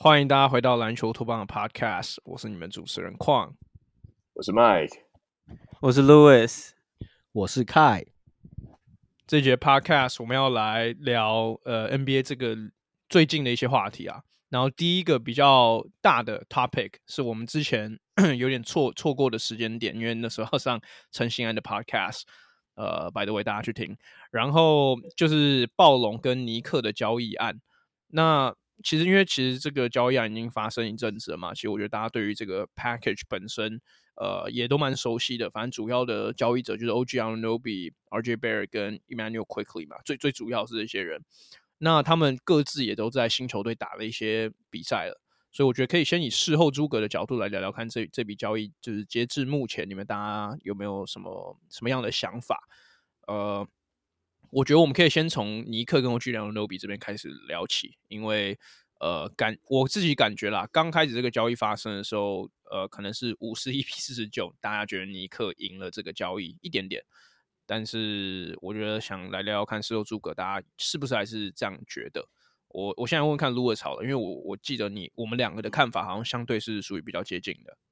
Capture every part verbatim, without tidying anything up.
欢迎大家回到篮球托邦的 Podcast， 我是你们主持人矿， 我是 Mike， 我是 Louis， 我是 Kai。 这节 Podcast 我们要来聊呃 N B A 这个最近的一些话题啊。然后第一个比较大的 topic 是我们之前有点错错过的时间点，因为那时候上陈信安的 Podcast， 呃 by the way 大家去听。然后就是暴龙跟尼克的交易案。那其实因为其实这个交易案已经发生一阵子了嘛，其实我觉得大家对于这个 package 本身呃也都蛮熟悉的。反正主要的交易者就是 O G Anunoby、R J Barrett 跟 Emmanuel Quickley 嘛，最最主要是这些人。那他们各自也都在新球队打了一些比赛了，所以我觉得可以先以事后诸葛的角度来聊聊看这这笔交易，就是截至目前你们大家有没有什么什么样的想法？呃，我觉得我们可以先从尼克跟 O G Anunoby 这边开始聊起，因为呃感我自己感觉啦，刚开始这个交易发生的时候，呃，可能是五十一比四十九，大家觉得尼克赢了这个交易一点点。但是我觉得想来聊聊看事后诸葛，大家是不是还是这样觉得？我我现在问问看 Louis 好了，因为我我记得你我们两个的看法好像相对是属于比较接近的。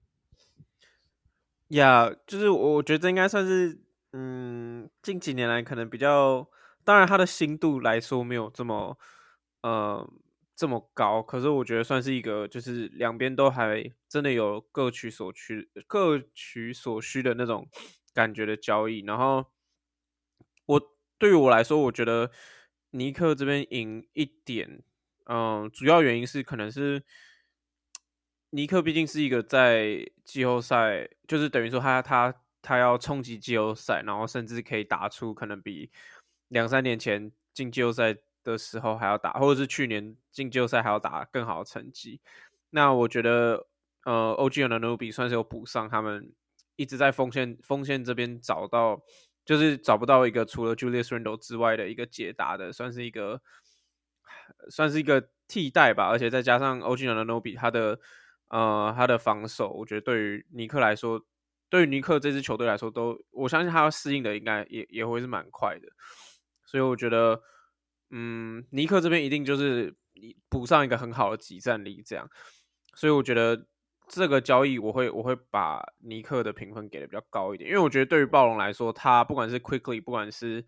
呀、yeah, 就是我觉得这应该算是嗯近几年来可能比较，当然它的深度来说没有这么呃这么高，可是我觉得算是一个就是两边都还真的有各取所需各取所需的那种感觉的交易。然后我对于我来说，我觉得尼克这边赢一点，嗯，主要原因是可能是尼克毕竟是一个在季后赛，就是等于说他他他要冲击季后赛，然后甚至可以打出可能比两三年前进季后赛的时候还要打，或者是去年进季后赛还要打更好的成绩。那我觉得，呃 ，O G Anunoby 算是有补上他们一直在锋线锋线这边找到，就是找不到一个除了 Julius Randle 之外的一个解答的，算是一个算是一个替代吧。而且再加上 O G Anunoby 他的呃他的防守，我觉得对于尼克来说，对于尼克这支球队来说都，我相信他要适应的应该也也会是蛮快的。所以我觉得，嗯，尼克这边一定就是补上一个很好的集战力，这样。所以我觉得这个交易我会我会把尼克的评分给的比较高一点，因为我觉得对于暴龙来说，他不管是 Quickley， 不管是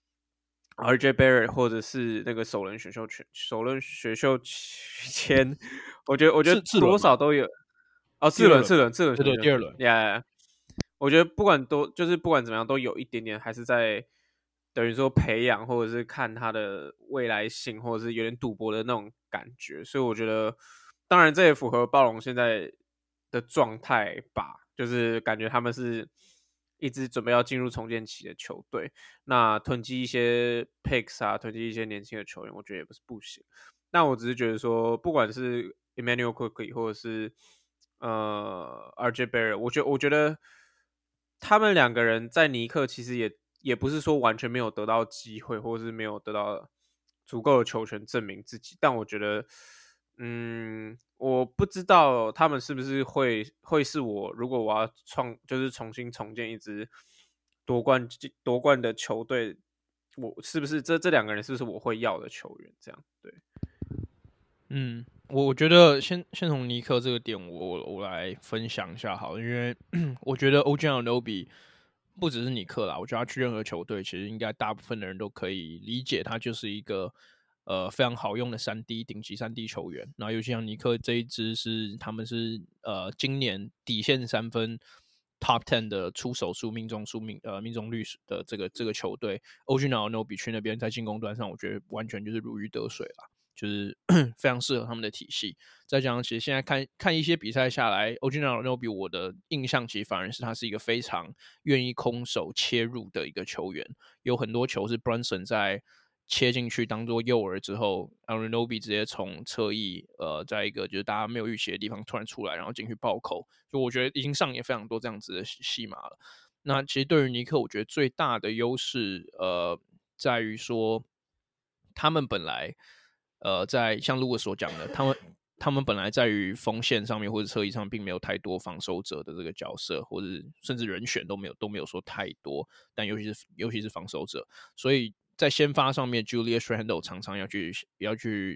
R J Barrett 或者是那个首轮选秀权首轮选秀签，我觉得我觉得多少都有。哦，四轮四轮四轮对对，第二轮， yeah, 我觉得不管多就是不管怎么样都有一点点还是在等于说培养或者是看他的未来性，或者是有点赌博的那种感觉。所以我觉得当然这也符合暴龙现在的状态吧，就是感觉他们是一支准备要进入重建期的球队，那囤积一些 picks 啊，囤积一些年轻的球员，我觉得也不是不行。那我只是觉得说，不管是 Emmanuel Quickley 或者是呃 R J Barrett， 我觉得我觉得他们两个人在尼克其实也也不是说完全没有得到机会，或是没有得到足够的球权证明自己，但我觉得，嗯，我不知道他们是不是会会是我如果我要创就是重新重建一支夺冠夺冠的球队，我是不是这这两个人是不是我会要的球员？这样对。 嗯，我我觉得先先从尼克这个点我，我我来分享一下好了，因为我觉得 O G Anunoby 不只是尼克啦，我觉得他去任何球队，其实应该大部分的人都可以理解，他就是一个呃非常好用的三 D 顶级三 D 球员。然后尤其像尼克这一支是他们是呃今年底线三分 Top ten 的出手数、命中数、命呃命中率的这个这个球队 ，O G Anunoby 去那边在进攻端上，我觉得完全就是如鱼得水啦。就是非常适合他们的体系，再加上其实现在看看一些比赛下来 ，O G Anunoby 我的印象其实反而是他是一个非常愿意空手切入的一个球员，有很多球是 Brunson 在切进去当做诱饵之后 ，Anunoby 直接从侧翼呃，在一个就是大家没有预期的地方突然出来，然后进去暴扣，就我觉得已经上演非常多这样子的戏码了。那其实对于尼克，我觉得最大的优势呃，在于说他们本来。呃，在像如果所讲的，他们他们本来在于锋线上面或者侧翼上并没有太多防守者的这个角色，或者甚至人选都没有都没有说太多，但尤其是尤其是防守者，所以在先发上面 ，Julius Randle 常常要去要去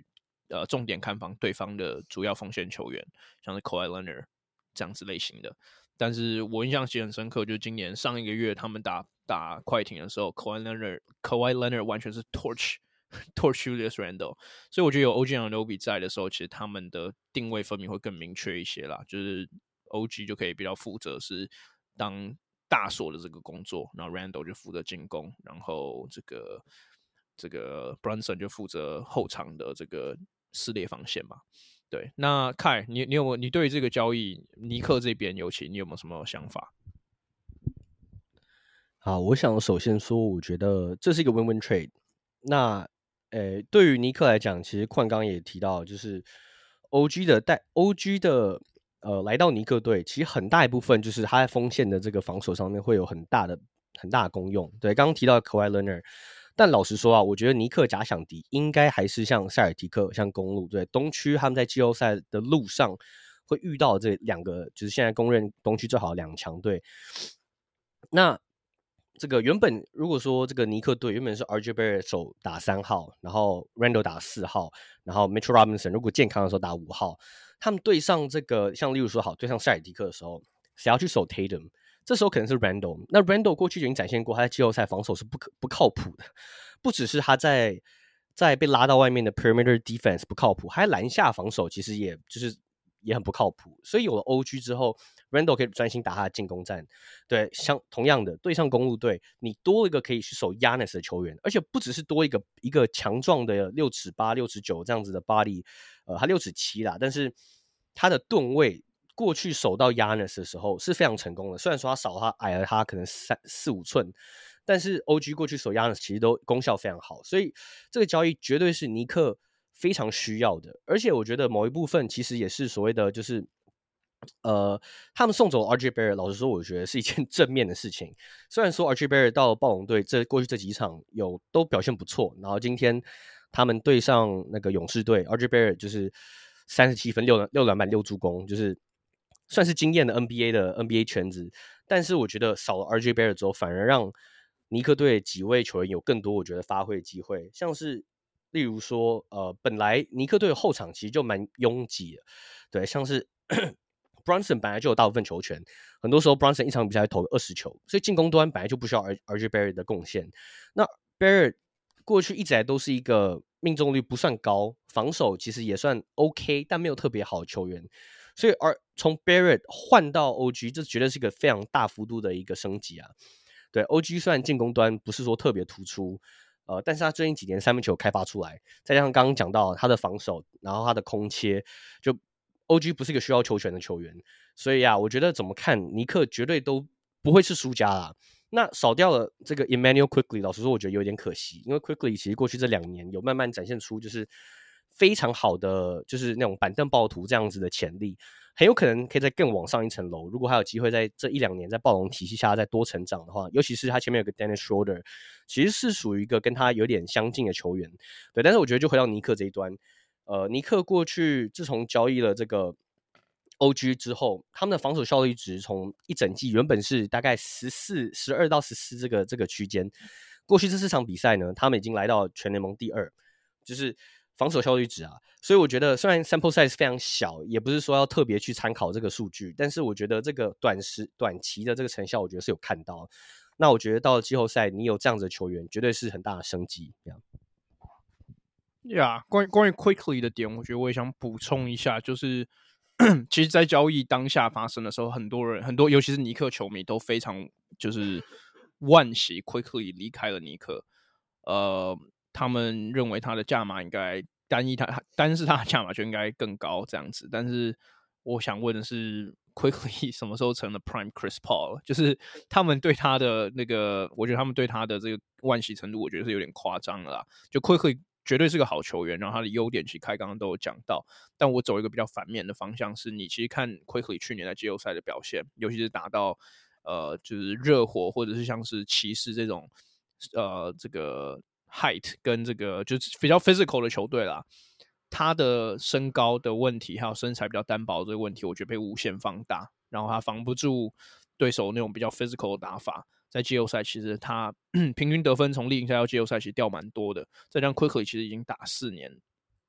呃重点看防对方的主要锋线球员，像是 Kawhi Leonard 这样子类型的。但是我印象其实很深刻，就是今年上一个月他们打打快艇的时候 ，Kawhi Leonard Kawhi Leonard 完全是 torch torch Julius Randle， 所以我觉得有 O G Anunoby 在的时候，其实他们的定位分明会更明确一些啦。就是 O G 就可以比较负责是当大锁的这个工作，然后 Randle 就负责进攻，然后这个这个 Brunson 就负责后场的这个撕裂防线嘛。对，那凯，你你有没有你对于这个交易尼克这边尤其你有没有什么想法？ 好，我想首先说，我觉得这是一个 win-win trade。那，呃，对于尼克来讲，其实冠刚也提到，就是 O G 的带 O G 的呃来到尼克队，其实很大一部分就是他在锋线的这个防守上面会有很大的很大的功用。对，刚刚提到 Kawhi Leonard。但老实说啊，我觉得尼克假想敌应该还是像塞尔提克、像公鹿，对东区他们在季后赛的路上会遇到这两个，就是现在公认东区最好的两强队。那这个原本如果说这个尼克队原本是 R J Barrett 守打三号，然后 Randle 打四号，然后 Mitchell Robinson 如果健康的时候打五号，他们对上这个像例如说好对上塞尔提克的时候，谁要去守 Tatum？这时候可能是 Randle， 那 Randle 过去就已经展现过他在季后赛防守是不可不靠谱的，不只是他在在被拉到外面的 perimeter defense 不靠谱，还篮下防守其实也就是也很不靠谱。所以有了 O G 之后 ，Randle 可以专心打他的进攻战。对，像同样的对上公鹿队，你多一个可以去守 Giannis 的球员，而且不只是多一个一个强壮的六尺八、六尺九这样子的 body， 呃，他六尺七啦，但是他的吨位。过去守到 Giannis 的时候是非常成功的，虽然说他少他矮了他可能三四五寸，但是 O G 过去守 Giannis 其实都功效非常好，所以这个交易绝对是尼克非常需要的。而且我觉得某一部分其实也是所谓的就是呃，他们送走 R J Barrett， 老实说我觉得是一件正面的事情。虽然说 R J Barrett 到暴龙队这过去这几场有都表现不错，然后今天他们对上那个勇士队 ，R J Barrett 就是三十七分六六篮板六助攻，就是算是惊艳的 N B A 的 N B A 圈子。但是我觉得少了 R J Barrett 之后，反而让尼克队几位球员有更多我觉得发挥的机会，像是例如说呃，本来尼克队的后场其实就蛮拥挤的，对，像是Brunson 本来就有大部分球权，很多时候 Brunson 一场比赛投二十球，所以进攻端本来就不需要 R J Barrett 的贡献。那 Barrett 过去一直来都是一个命中率不算高，防守其实也算 OK， 但没有特别好的球员。所以而从 Barrett 换到 O G， 这绝对是一个非常大幅度的一个升级啊。对 O G 虽然进攻端不是说特别突出，呃，但是他最近几年三分球开发出来，再加上刚刚讲到他的防守，然后他的空切，就 O G 不是一个需要球权的球员，所以啊，我觉得怎么看尼克绝对都不会是输家啦。那少掉了这个 Emmanuel Quickly， 老实说我觉得有点可惜，因为 Quickly 其实过去这两年有慢慢展现出就是非常好的就是那种板凳暴徒这样子的潜力，很有可能可以再更往上一层楼。如果还有机会在这一两年在暴龙体系下再多成长的话，尤其是他前面有个 Dennis Schroeder， 其实是属于一个跟他有点相近的球员。对，但是我觉得就回到尼克这一端，呃，尼克过去自从交易了这个 O G 之后，他们的防守效率值从一整季原本是大概十四、十二到十四这个这个区间，过去这四场比赛呢，他们已经来到全联盟第二，就是防守效率值啊。所以我觉得虽然 sample size 非常小，也不是说要特别去参考这个数据，但是我觉得这个短时短期的这个成效，我觉得是有看到。那我觉得到了季后赛，你有这样子的球员，绝对是很大的升级。 呀、yeah, 关于关于 Quickly 的点，我觉得我也想补充一下，就是其实，在交易当下发生的时候，很多人很多，尤其是尼克球迷都非常就是惋惜 Quickly 离开了尼克。呃，他们认为他的价码应该单一他单是他的价码就应该更高这样子。但是我想问的是 ，Quickly 什么时候成了 Prime Chris Paul？ 就是他们对他的那个，我觉得他们对他的这个惋惜程度，我觉得是有点夸张了啦。就 Quickly 绝对是个好球员，然后他的优点其实开刚刚都有讲到。但我走一个比较反面的方向，是你其实看 Quickly 去年在季后赛的表现，尤其是打到呃就是热火或者是像是骑士这种呃这个 height 跟这个就是比较 physical 的球队啦，他的身高的问题还有身材比较单薄这个问题，我觉得被无限放大，然后他防不住对手那种比较 physical 的打法。在季后赛其实他平均得分从例行赛到季后赛其实掉蛮多的，再加上 Quickly 其实已经打四年，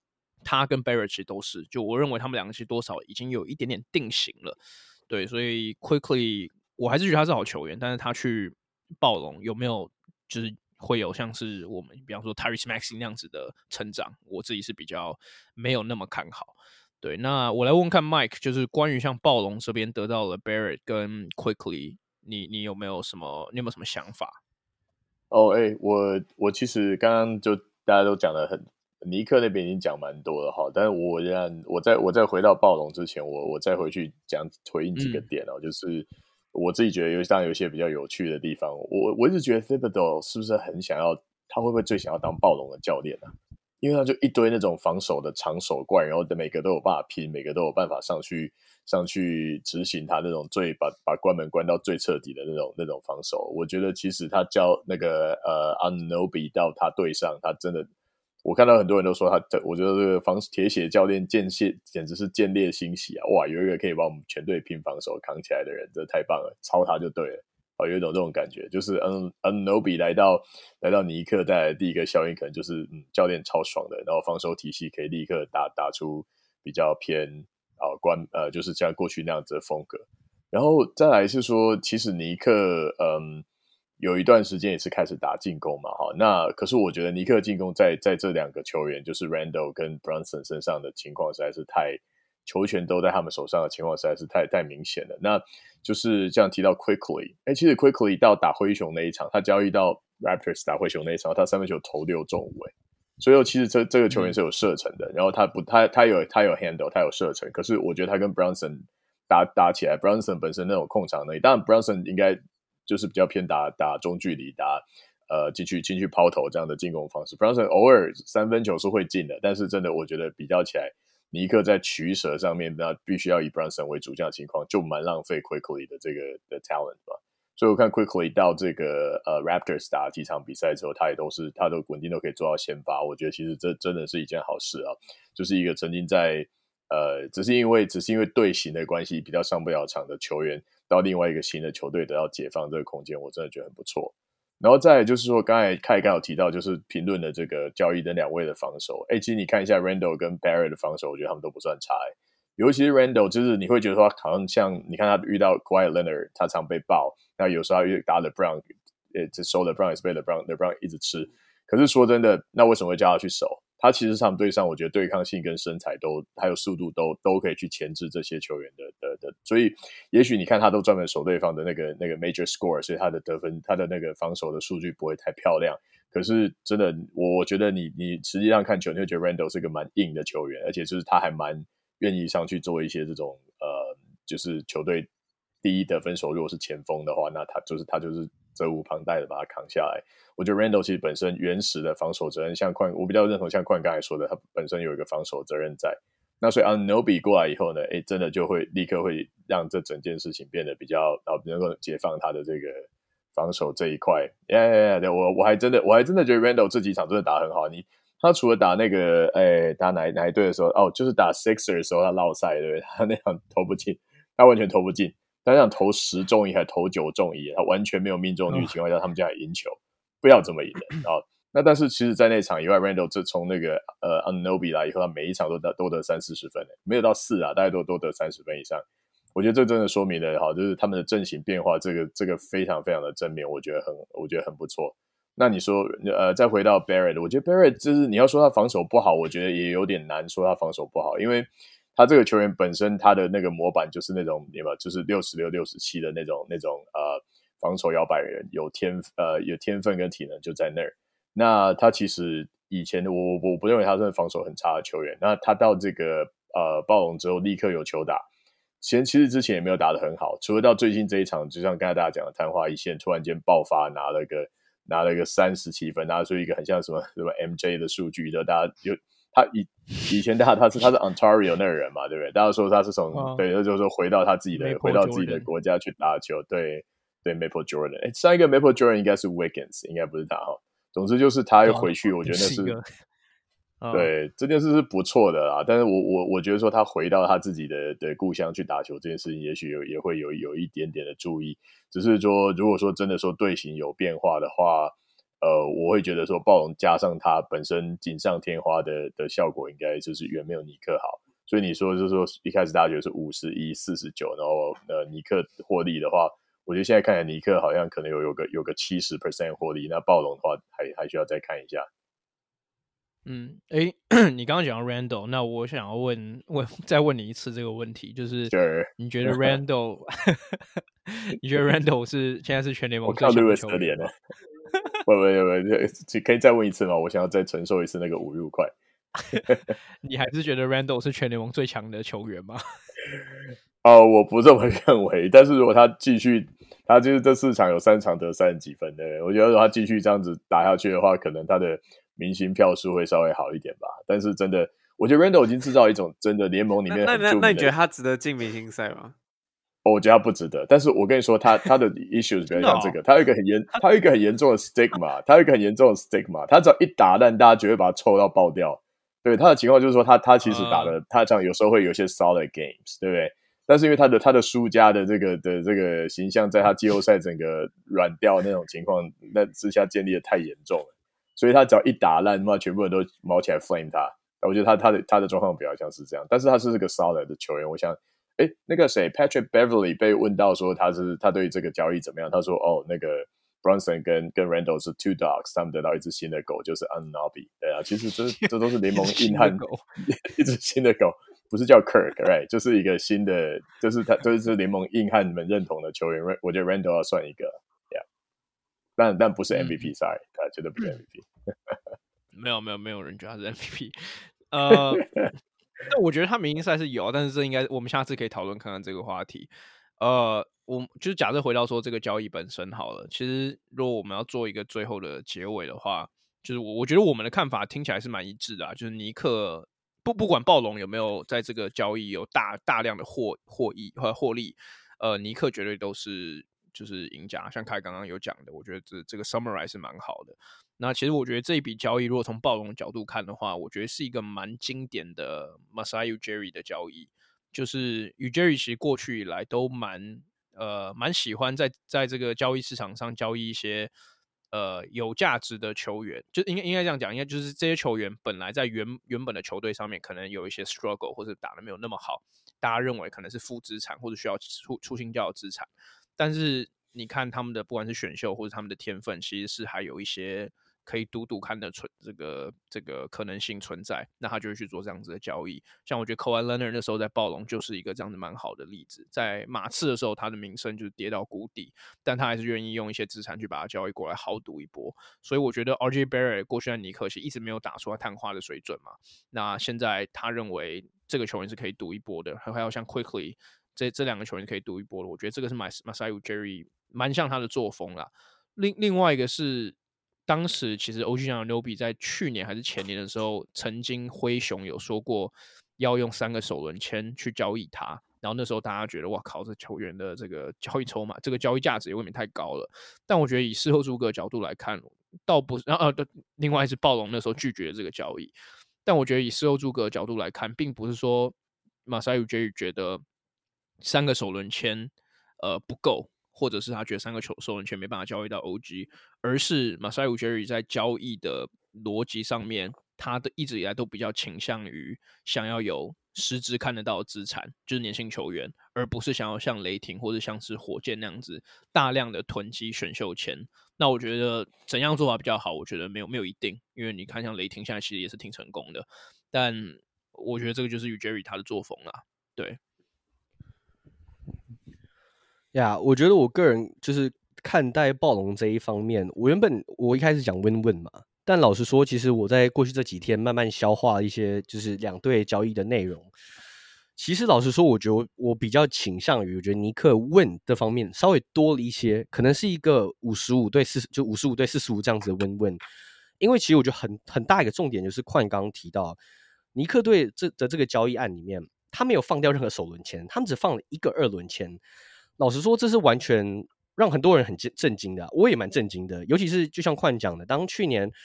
他跟 Barrett 其实都是，就我认为他们两个其实多少已经有一点点定型了。对，所以 Quickly 我还是觉得他是好球员，但是他去暴龙有没有就是会有像是我们比方说 Tyrese Maxey 那样子的成长，我自己是比较没有那么看好。对，那我来问问看 Mike， 就是关于像暴龙这边得到了 Barrett 跟 Quickly， 你你有没有什么你有没有什么想法？ 哦，哎、欸，我我其实刚刚就大家都讲的很，尼克那边已经讲蛮多了哈，但是我仍然我在我再回到暴龙之前，我我再回去讲回应几个点哦，嗯、就是我自己觉得有当然有一些比较有趣的地方，我我一直觉得 Thibodeau 是不是很想要，他会不会最想要当暴龙的教练啊？因为他就一堆那种防守的长手怪，然后每个都有办法拼，每个都有办法上去上去执行他那种最把把关门关到最彻底的那种那种防守。我觉得其实他教那个呃 Anunoby 到他队上，他真的，我看到很多人都说他，我觉得这个防铁血教练见血简直是见猎欣喜啊！哇，有一个可以把我们全队拼防守扛起来的人，这太棒了，抄他就对了。哦，有一种这种感觉，就是 Anunoby 来到来到尼克带来的第一个效应，可能就是嗯，教练超爽的，然后防守体系可以立刻打打出比较偏啊、呃、关呃，就是像过去那样子的风格。然后再来是说，其实尼克嗯有一段时间也是开始打进攻嘛，哈，那可是我觉得尼克进攻在在这两个球员，就是 Randle 跟 Brunson 身上的情况实在是太。球权都在他们手上的情况实在是太太明显了。那就是这样提到 Quickly， 哎，其实 Quickly 到打灰熊那一场，他交易到 Raptors 打灰熊那一场，他三分球投六中五，哎，所以其实这这个球员是有射程的。嗯、然后他不，他他有他有 handle， 他有射程。可是我觉得他跟 Brunson 打打起来 ，Brunson 本身那种控场能力，当然 Brunson 应该就是比较偏打打中距离，打呃进去进去抛投这样的进攻方式。Brunson 偶尔三分球是会进的，但是真的我觉得比较起来。尼克在取舍上面，那必须要以 Brunson 为主，这样的情况就蛮浪费 Quickly 的这个的 talent 吧。所以我看 Quickly 到这个呃 Raptors 打几场比赛之后，他也都是他都稳定都可以做到先发。我觉得其实这真的是一件好事啊，就是一个曾经在呃只是因为只是因为队形的关系比较上不了场的球员，到另外一个新的球队得到解放这个空间，我真的觉得很不错。然后再来就是说，刚才凯刚有提到，就是评论的这个交易的两位的防守。哎，其实你看一下 Randle 跟 Barrett 的防守，我觉得他们都不算差。尤其是 Randle，就是你会觉得说，好像像你看他遇到 Kawhi Leonard，他常被爆，那有时候他遇打 LeBron， 呃，守 LeBron 也是被 LeBron LeBron 一直吃。可是说真的，那为什么会叫他去守？他其实他们队上，我觉得对抗性跟身材都还有速度都都可以去钳制这些球员的的的，所以也许你看他都专门守对方的那个那个 major score， 所以他的得分他的那个防守的数据不会太漂亮。可是真的，我我觉得你你实际上看球，你会觉得 Randle 是个蛮硬的球员，而且就是他还蛮愿意上去做一些这种呃，就是球队第一得分手，如果是前锋的话，那他就是他就是责无旁贷的把他扛下来。我觉得 Randle 其实本身原始的防守责任，像冠，我比较认同像冠刚才说的，他本身有一个防守责任在。那所以 Anunoby 过来以后呢，诶，真的就会立刻会让这整件事情变得比较，然后能够解放他的这个防守这一块。呀呀呀！对，我我还真的我还真的觉得 Randle 这几场真的打得很好。你他除了打那个诶打哪哪一队的时候，哦，就是打 Sixers 的时候他落赛，对不对？他那场投不进，他完全投不进。他想投十中一还投九中一，他完全没有命中率的情况下，他们这样赢球，不要这么赢的啊！那但是其实，在那场以外 ，Randle 这从那个呃 Anunoby 来以后，他每一场都得都得三四十分，没有到四啊，大家都都得三十分以上。我觉得这真的说明了哈，就是他们的阵型变化，这个这个非常非常的正面，我觉得很我觉得很不错。那你说呃，再回到 Barrett， 我觉得 Barrett 就是你要说他防守不好，我觉得也有点难说他防守不好，因为他这个球员本身他的那个模板就是那种有没有，就是六十六、六十七的那种那种呃防守摇摆人，有天呃有天分跟体能就在那儿。那他其实以前我我不认为他是防守很差的球员，那他到这个呃暴龙之后立刻有球打，其实之前也没有打得很好，除了到最近这一场，就像刚才大家讲的昙花一现，突然间爆发拿了个拿了个三十七分，拿出一个很像什么什么 M J 的数据的，大家有他以以前他他是他是 Ontario 那个人嘛，对不对？大家说他是从、哦、对，就是说回到他自己的 Maple 回到自己的国家去打球，对对 Maple Jordan， 哎，上一个 Maple Jordan 应该是 Wiggins， 应该不是他哈。总之就是他又回去，哦、我觉得那是。对，这件事是不错的啦，但是我我我觉得说他回到他自己的的故乡去打球这件事情，也许有也会有有一点点的注意。只是说，如果说真的说队形有变化的话， 呃，我会觉得说暴龙加上他本身锦上添花的的效果，应该就是远没有尼克好。所以你说就是说一开始大家觉得是五十一四十九，然后呃尼克获利的话，我觉得现在看起来尼克好像可能有有个有个七十 percent 获利，那暴龙的话还还需要再看一下。 嗯，诶，你刚刚讲到 Randall， 那我想要问问再问你一次这个问题，就是 Sure. 你觉得 Randall， 你觉得 Randall 是现在是全联盟我看最强的 Lewis 球的脸了员吗？， 不不不，可以再问一次吗？我想要再承受一次那个侮辱快。 你还是觉得 Randall 是全联盟最强的球员吗？ 哦，我不这么认为。但是如果他继续，他就是这四场有三场得三十几分的，我觉得如果他继续这样子打下去的话，可能他的明星票数会稍微好一点吧。但是真的，我觉得 Randall 已经制造一种真的联盟里面那那很著名的。 那你觉得他值得进明星赛吗？ 哦，我觉得他不值得。但是我跟你说，他他的 issues 比较像这个， 哦、 他有一个很严，他有一个很严重的 stigma， 他有一个很严重的 stigma， 他只要一打烂，大家绝对把他臭到爆掉。对，他的情况就是说他，他其实打的，呃、他这样有时候会有些 solid games， 对不对？但是因为他的他的输家的这个的这个形象，在他季后赛整个软掉那种情况那之下建立的太严重了，所以他只要一打烂，那全部人都毛起来 flame 他。我觉得他他的他的状况比较像是这样，但是他是这个 solid 的球员，我想。哎，那个谁 ，Patrick Beverly 被问到说他是他对这个交易怎么样？他说：“哦，那个 Brunson 跟跟 Randall 是 two dogs， 他们得到一只新的狗，就是 Anunoby。对啊，其实这这都是联盟硬汉，一只新的狗，不是叫 Kirk，right？ 就是一个新的，就是他，就是联盟硬汉们认同的球员。我觉得 Randall 要算一个 ，yeah， 但但不是 M V P，sorry，、嗯、他绝对不是 M V P。 没有没有没有人觉得他是 M V P， 呃。但我觉得他明星赛是有，但是这应该我们下次可以讨论看看这个话题。呃，我就是假设回到说这个交易本身好了，其实如果我们要做一个最后的结尾的话，就是我我觉得我们的看法听起来是蛮一致的、啊，就是尼克不不管暴龙有没有在这个交易有大大量的获获益和获利，呃，尼克绝对都是就是赢家。像凯刚刚有讲的，我觉得这这个 summarize 是蛮好的。那其实我觉得这一笔交易，如果从暴龙的角度看的话，我觉得是一个蛮经典的 Masai Ujiri 的交易。就是 Ujiri 其实过去以来都蛮呃蛮喜欢在在这个交易市场上交易一些呃有价值的球员，就应该应该这样讲，应该就是这些球员本来在原原本的球队上面可能有一些 struggle 或者打得没有那么好，大家认为可能是负资产或者需要出出清掉的资产，但是你看他们的不管是选秀或者他们的天分，其实是还有一些可以赌赌看的存这个这个可能性存在，那他就会去做这样子的交易。像我觉得 Kawhi Leonard 那时候在暴龙就是一个这样子蛮好的例子，在马刺的时候他的名声就是跌到谷底，但他还是愿意用一些资产去把它交易过来豪赌一波。所以我觉得 R J Barrett 过去在尼克其实一直没有打出来探花的水准嘛，那现在他认为这个球员是可以赌一波的，还有像 Quickly 这这两个球员可以赌一波的，我觉得这个是 Masai Ujiri 蛮像他的作风啦。另另外一个是当时其实 O G Anunoby 在去年还是前年的时候，曾经灰熊有说过要用三个首轮签去交易他，然后那时候大家觉得哇靠，这球员的这个交易筹码，这个交易价值有点太高了。但我觉得以事后诸葛角度来看，倒不是，然后呃，另外是暴龙那时候拒绝这个交易，但我觉得以事后诸葛角度来看，并不是说 Masai Ujiri 觉得三个首轮签呃不够。或者是他觉得三个首轮签没办法交易到 O G， 而是 Masai Ujiri 在交易的逻辑上面，他的一直以来都比较倾向于想要有实质看得到的资产，就是年轻球员，而不是想要像雷霆或者像是火箭那样子大量的囤积选秀签。那我觉得怎样做法比较好？我觉得没有没有一定，因为你看像雷霆现在其实也是挺成功的，但我觉得这个就是 Ujiri 他的作风啦，对。 呀、yeah, 我觉得我个人就是看待暴龙这一方面，我原本我一开始讲 win-win 嘛，但老实说，其实我在过去这几天慢慢消化一些就是两队交易的内容。其实老实说，我觉得我比较倾向于，我觉得尼克 win 的方面稍微多了一些，可能是一个五十五对四十，就五十五对四十五这样子的 win-win。因为其实我觉得很很大一个重点就是邝刚刚提到，尼克队这的这个交易案里面，他没有放掉任何首轮签，他们只放了一个二轮签。老实说，这是完全让很多人很震惊的、啊，我也蛮震惊的。尤其是就像邝讲的，当去年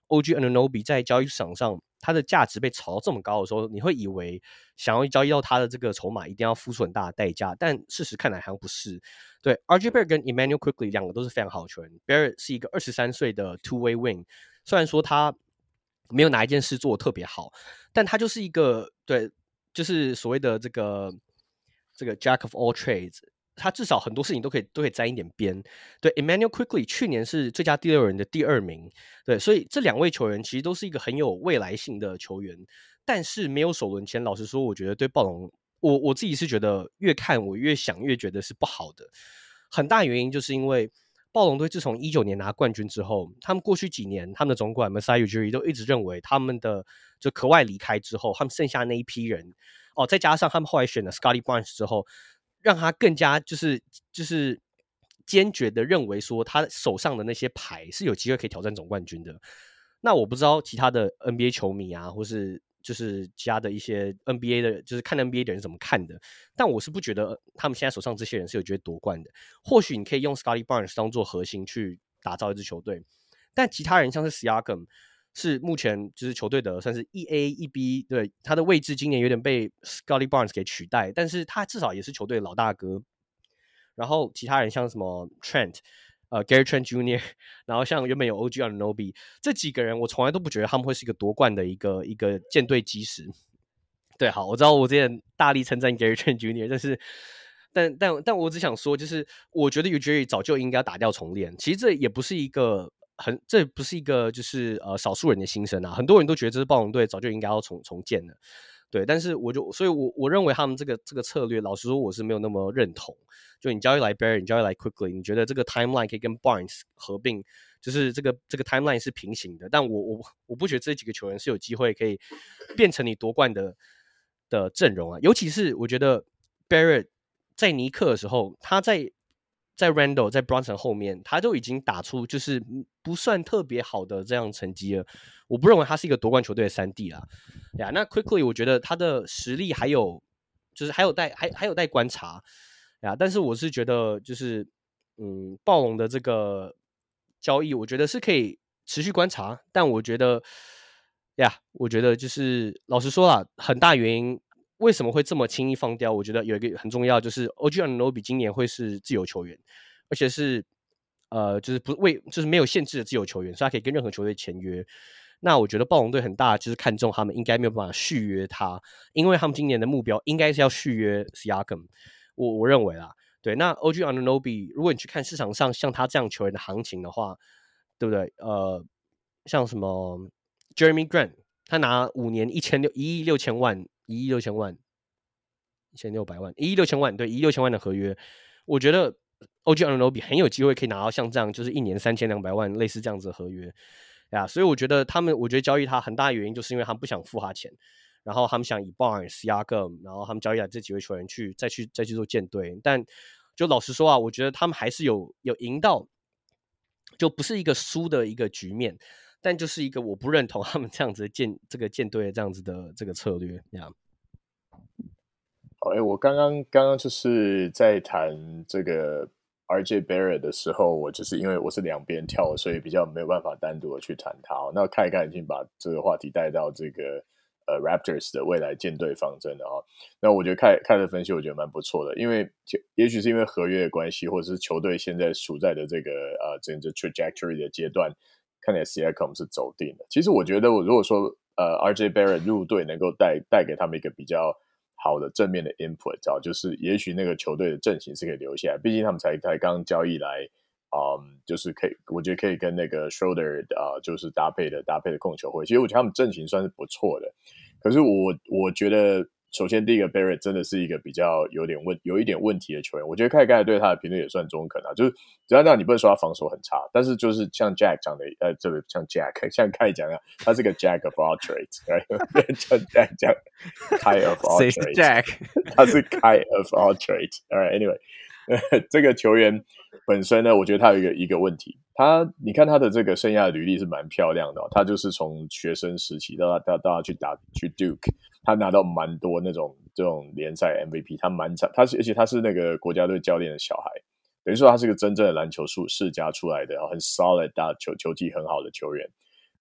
O G Anunoby 在交易市场上他的价值被炒到这么高的时候，你会以为想要交易到他的这个筹码一定要付出很大的代价，但事实看来好像不是。对 ，R J Barrett 跟 Emmanuel Quickley 两个都是非常好的球员。Barrett 是一个二十三岁的 two way wing， 虽然说他没有哪一件事做得特别好，但他就是一个对，就是所谓的这个这个 Jack of all trades。他至少很多事情都可以都可以沾一点边。对 ，Emmanuel Quickley 去年是最佳第六人的第二名，对，所以这两位球员其实都是一个很有未来性的球员，但是没有首轮签，老实说，我觉得对暴龙，我我自己是觉得越看我越想越觉得是不好的。很大原因就是因为暴龙队自从一九年拿冠军之后，他们过去几年他们的总管 Masai Ujiri 都一直认为他们的就可外离开之后，他们剩下那一批人哦，再加上他们后来选了 Scottie Barnes 之后。让他更加就是就是坚决的认为说他手上的那些牌是有机会可以挑战总冠军的。那我不知道其他的 N B A 球迷啊，或是就是其他的一些 N B A 的，就是看 N B A 的人怎么看的。但我是不觉得他们现在手上这些人是有机会夺冠的。或许你可以用 Scottie Barnes 当做核心去打造一支球队，但其他人像是 Siakam。是目前就是球队的算是一 A 一 B， 对他的位置今年有点被 Scottie Barnes 给取代，但是他至少也是球队的老大哥。然后其他人像什么 Trent， 呃 Gary Trent Junior， 然后像原本有 O G Anunoby 这几个人，我从来都不觉得他们会是一个夺冠的一个一个舰队基石。对，好，我知道我之前大力称赞 Gary Trent Junior， 但是但但但我只想说，就是我觉得 Ujiri 早就应该打掉重练。其实这也不是一个。很，这不是一个就是呃少数人的心声啊，很多人都觉得这支暴龙队早就应该要重重建了，对，但是我就所以我我认为他们这个这个策略，老实说我是没有那么认同。就你交易来 Barrett， 你交易来 Quickley， 你觉得这个 timeline 可以跟 Barnes 合并，就是这个这个 timeline 是平行的，但我我我不觉得这几个球员是有机会可以变成你夺冠的的阵容啊，尤其是我觉得 Barrett 在尼克的时候，他在。在 Randall 在 Brunson 后面，他都已经打出就是不算特别好的这样成绩了。我不认为他是一个夺冠球队的三 D 啦。呀，那 Quickley 我觉得他的实力还有就是还有待还还有待观察呀。但是我是觉得就是嗯，暴龙的这个交易，我觉得是可以持续观察。但我觉得呀，我觉得就是老实说啦，很大原因。为什么会这么轻易放掉？我觉得有一个很重要，就是 O G Anunoby 今年会是自由球员，而且是呃，就是不为就是没有限制的自由球员，所以他可以跟任何球队签约。那我觉得暴龙队很大就是看中他们应该没有办法续约他，因为他们今年的目标应该是要续约 Siakam。我我认为啦，对。那 O G Anunoby， 如果你去看市场上像他这样球员的行情的话，对不对？呃，像什么 Jeremy Grant， 他拿五年一千六一亿六千万。一亿六千万，一千六百万，一亿六千万，对，一亿六千万的合约，我觉得 O G Anunoby 很有机会可以拿到像这样，就是一年三千两百万类似这样子的合约呀。所以我觉得他们，我觉得交易他很大的原因就是因为他们不想付他钱，然后他们想以 Barnes、Siakam， 然后他们交易来这几位球员去再去再去做建队。但就老实说啊，我觉得他们还是有有赢到，就不是一个输的一个局面。但就是一个我不认同他们这样子建这个建队的这样子的这个策略呀。 好，哎，我刚刚刚刚就是在谈这个 R J Barrett 的时候，我就是因为我是两边跳，所以比较没有办法单独的去谈他。那看一看已经把这个话题带到这个呃 Raptors 的未来建队方针了啊。那我觉得看看的分析，我觉得蛮不错的，因为也许是因为合约的关系，或者是球队现在处在的这个呃整个 trajectory 的阶段。看起来 Siakam 是走定了。其实我觉得，我如果说呃 R J Barrett 入队能够带带给他们一个比较好的正面的 input， 啊，就是也许那个球队的阵型是可以留下来。毕竟他们才才刚交易来，嗯，就是可以，我觉得可以跟那个 Schroeder 啊、呃，就是搭配的搭配的控球会。其实我觉得他们阵型算是不错的。可是我我觉得。首先，第一个 Barrett 真的是一个比较有点问有一点问题的球员。我觉得凯凯对他的评论也算中肯啊，就是只要让你不能说他防守很差，但是就是像 Jack 讲的，呃，这个像 Jack 像凯讲的，他是个 Jack of all trades，right？ 像 Jack 讲 Kai of all trades， Jack？ 他是 Kai of all trades。All right, anyway， 这个球员本身呢，我觉得他有一个一个问题，他你看他的这个生涯履历是蛮漂亮的、哦，他就是从学生时期到他到到他去打去 Duke。他拿到蛮多那种这种联赛 M V P， 他蛮他是而且他是那个国家队教练的小孩，等于说他是个真正的篮球世家出来的，很 solid 大球球技很好的球员。可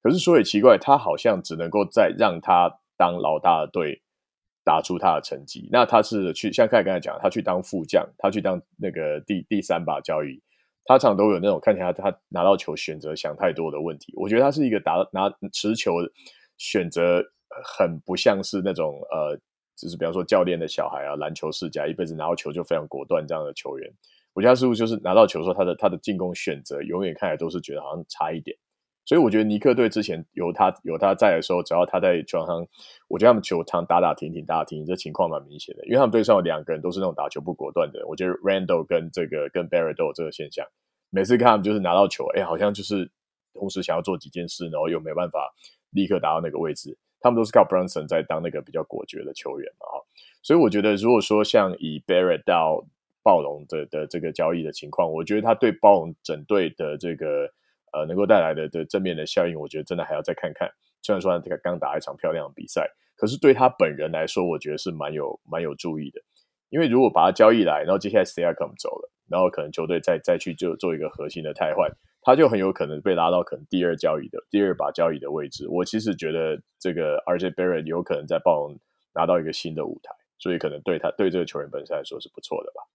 可是说也奇怪，他好像只能够在让他当老大的队打出他的成绩。那他是去像刚才刚才讲，他去当副将，他去当那个第第三把交椅，他常都有那种看起来他拿到球选择想太多的问题。我觉得他是一个打拿持球选择很不像是那种呃，就是比方说教练的小孩啊，篮球世家一辈子拿到球就非常果断这样的球员。我觉得他似乎就是拿到球的时候，他的他的进攻选择永远看来都是觉得好像差一点。所以我觉得尼克队之前有他有他在的时候，只要他在球场上，我觉得他们球场打打停停打打停停，这情况蛮明显的。因为他们队上有两个人都是那种打球不果断的人，我觉得 Randall 跟这个跟 Barrett 都有这个现象。每次看他们就是拿到球，哎，好像就是同时想要做几件事，然后又没办法立刻达到那个位置。他们都是靠 Brunson 在当那个比较果决的球员嘛，所以我觉得如果说像以 Barrett 到暴龙 的, 的这个交易的情况，我觉得他对暴龙整队的这个呃能够带来 的, 的正面的效应，我觉得真的还要再看看。虽然说他刚打一场漂亮的比赛，可是对他本人来说，我觉得是蛮有蛮有注意的。因为如果把他交易来，然后接下来 Siakam 走了，然后可能球队再再去就做一个核心的汰换，他就很有可能被拉到可能第二交易的第二把交易的位置。我其实觉得这个 R J Barrett 有可能在暴龙拿到一个新的舞台，所以可能对他对这个球员本身来说是不错的吧。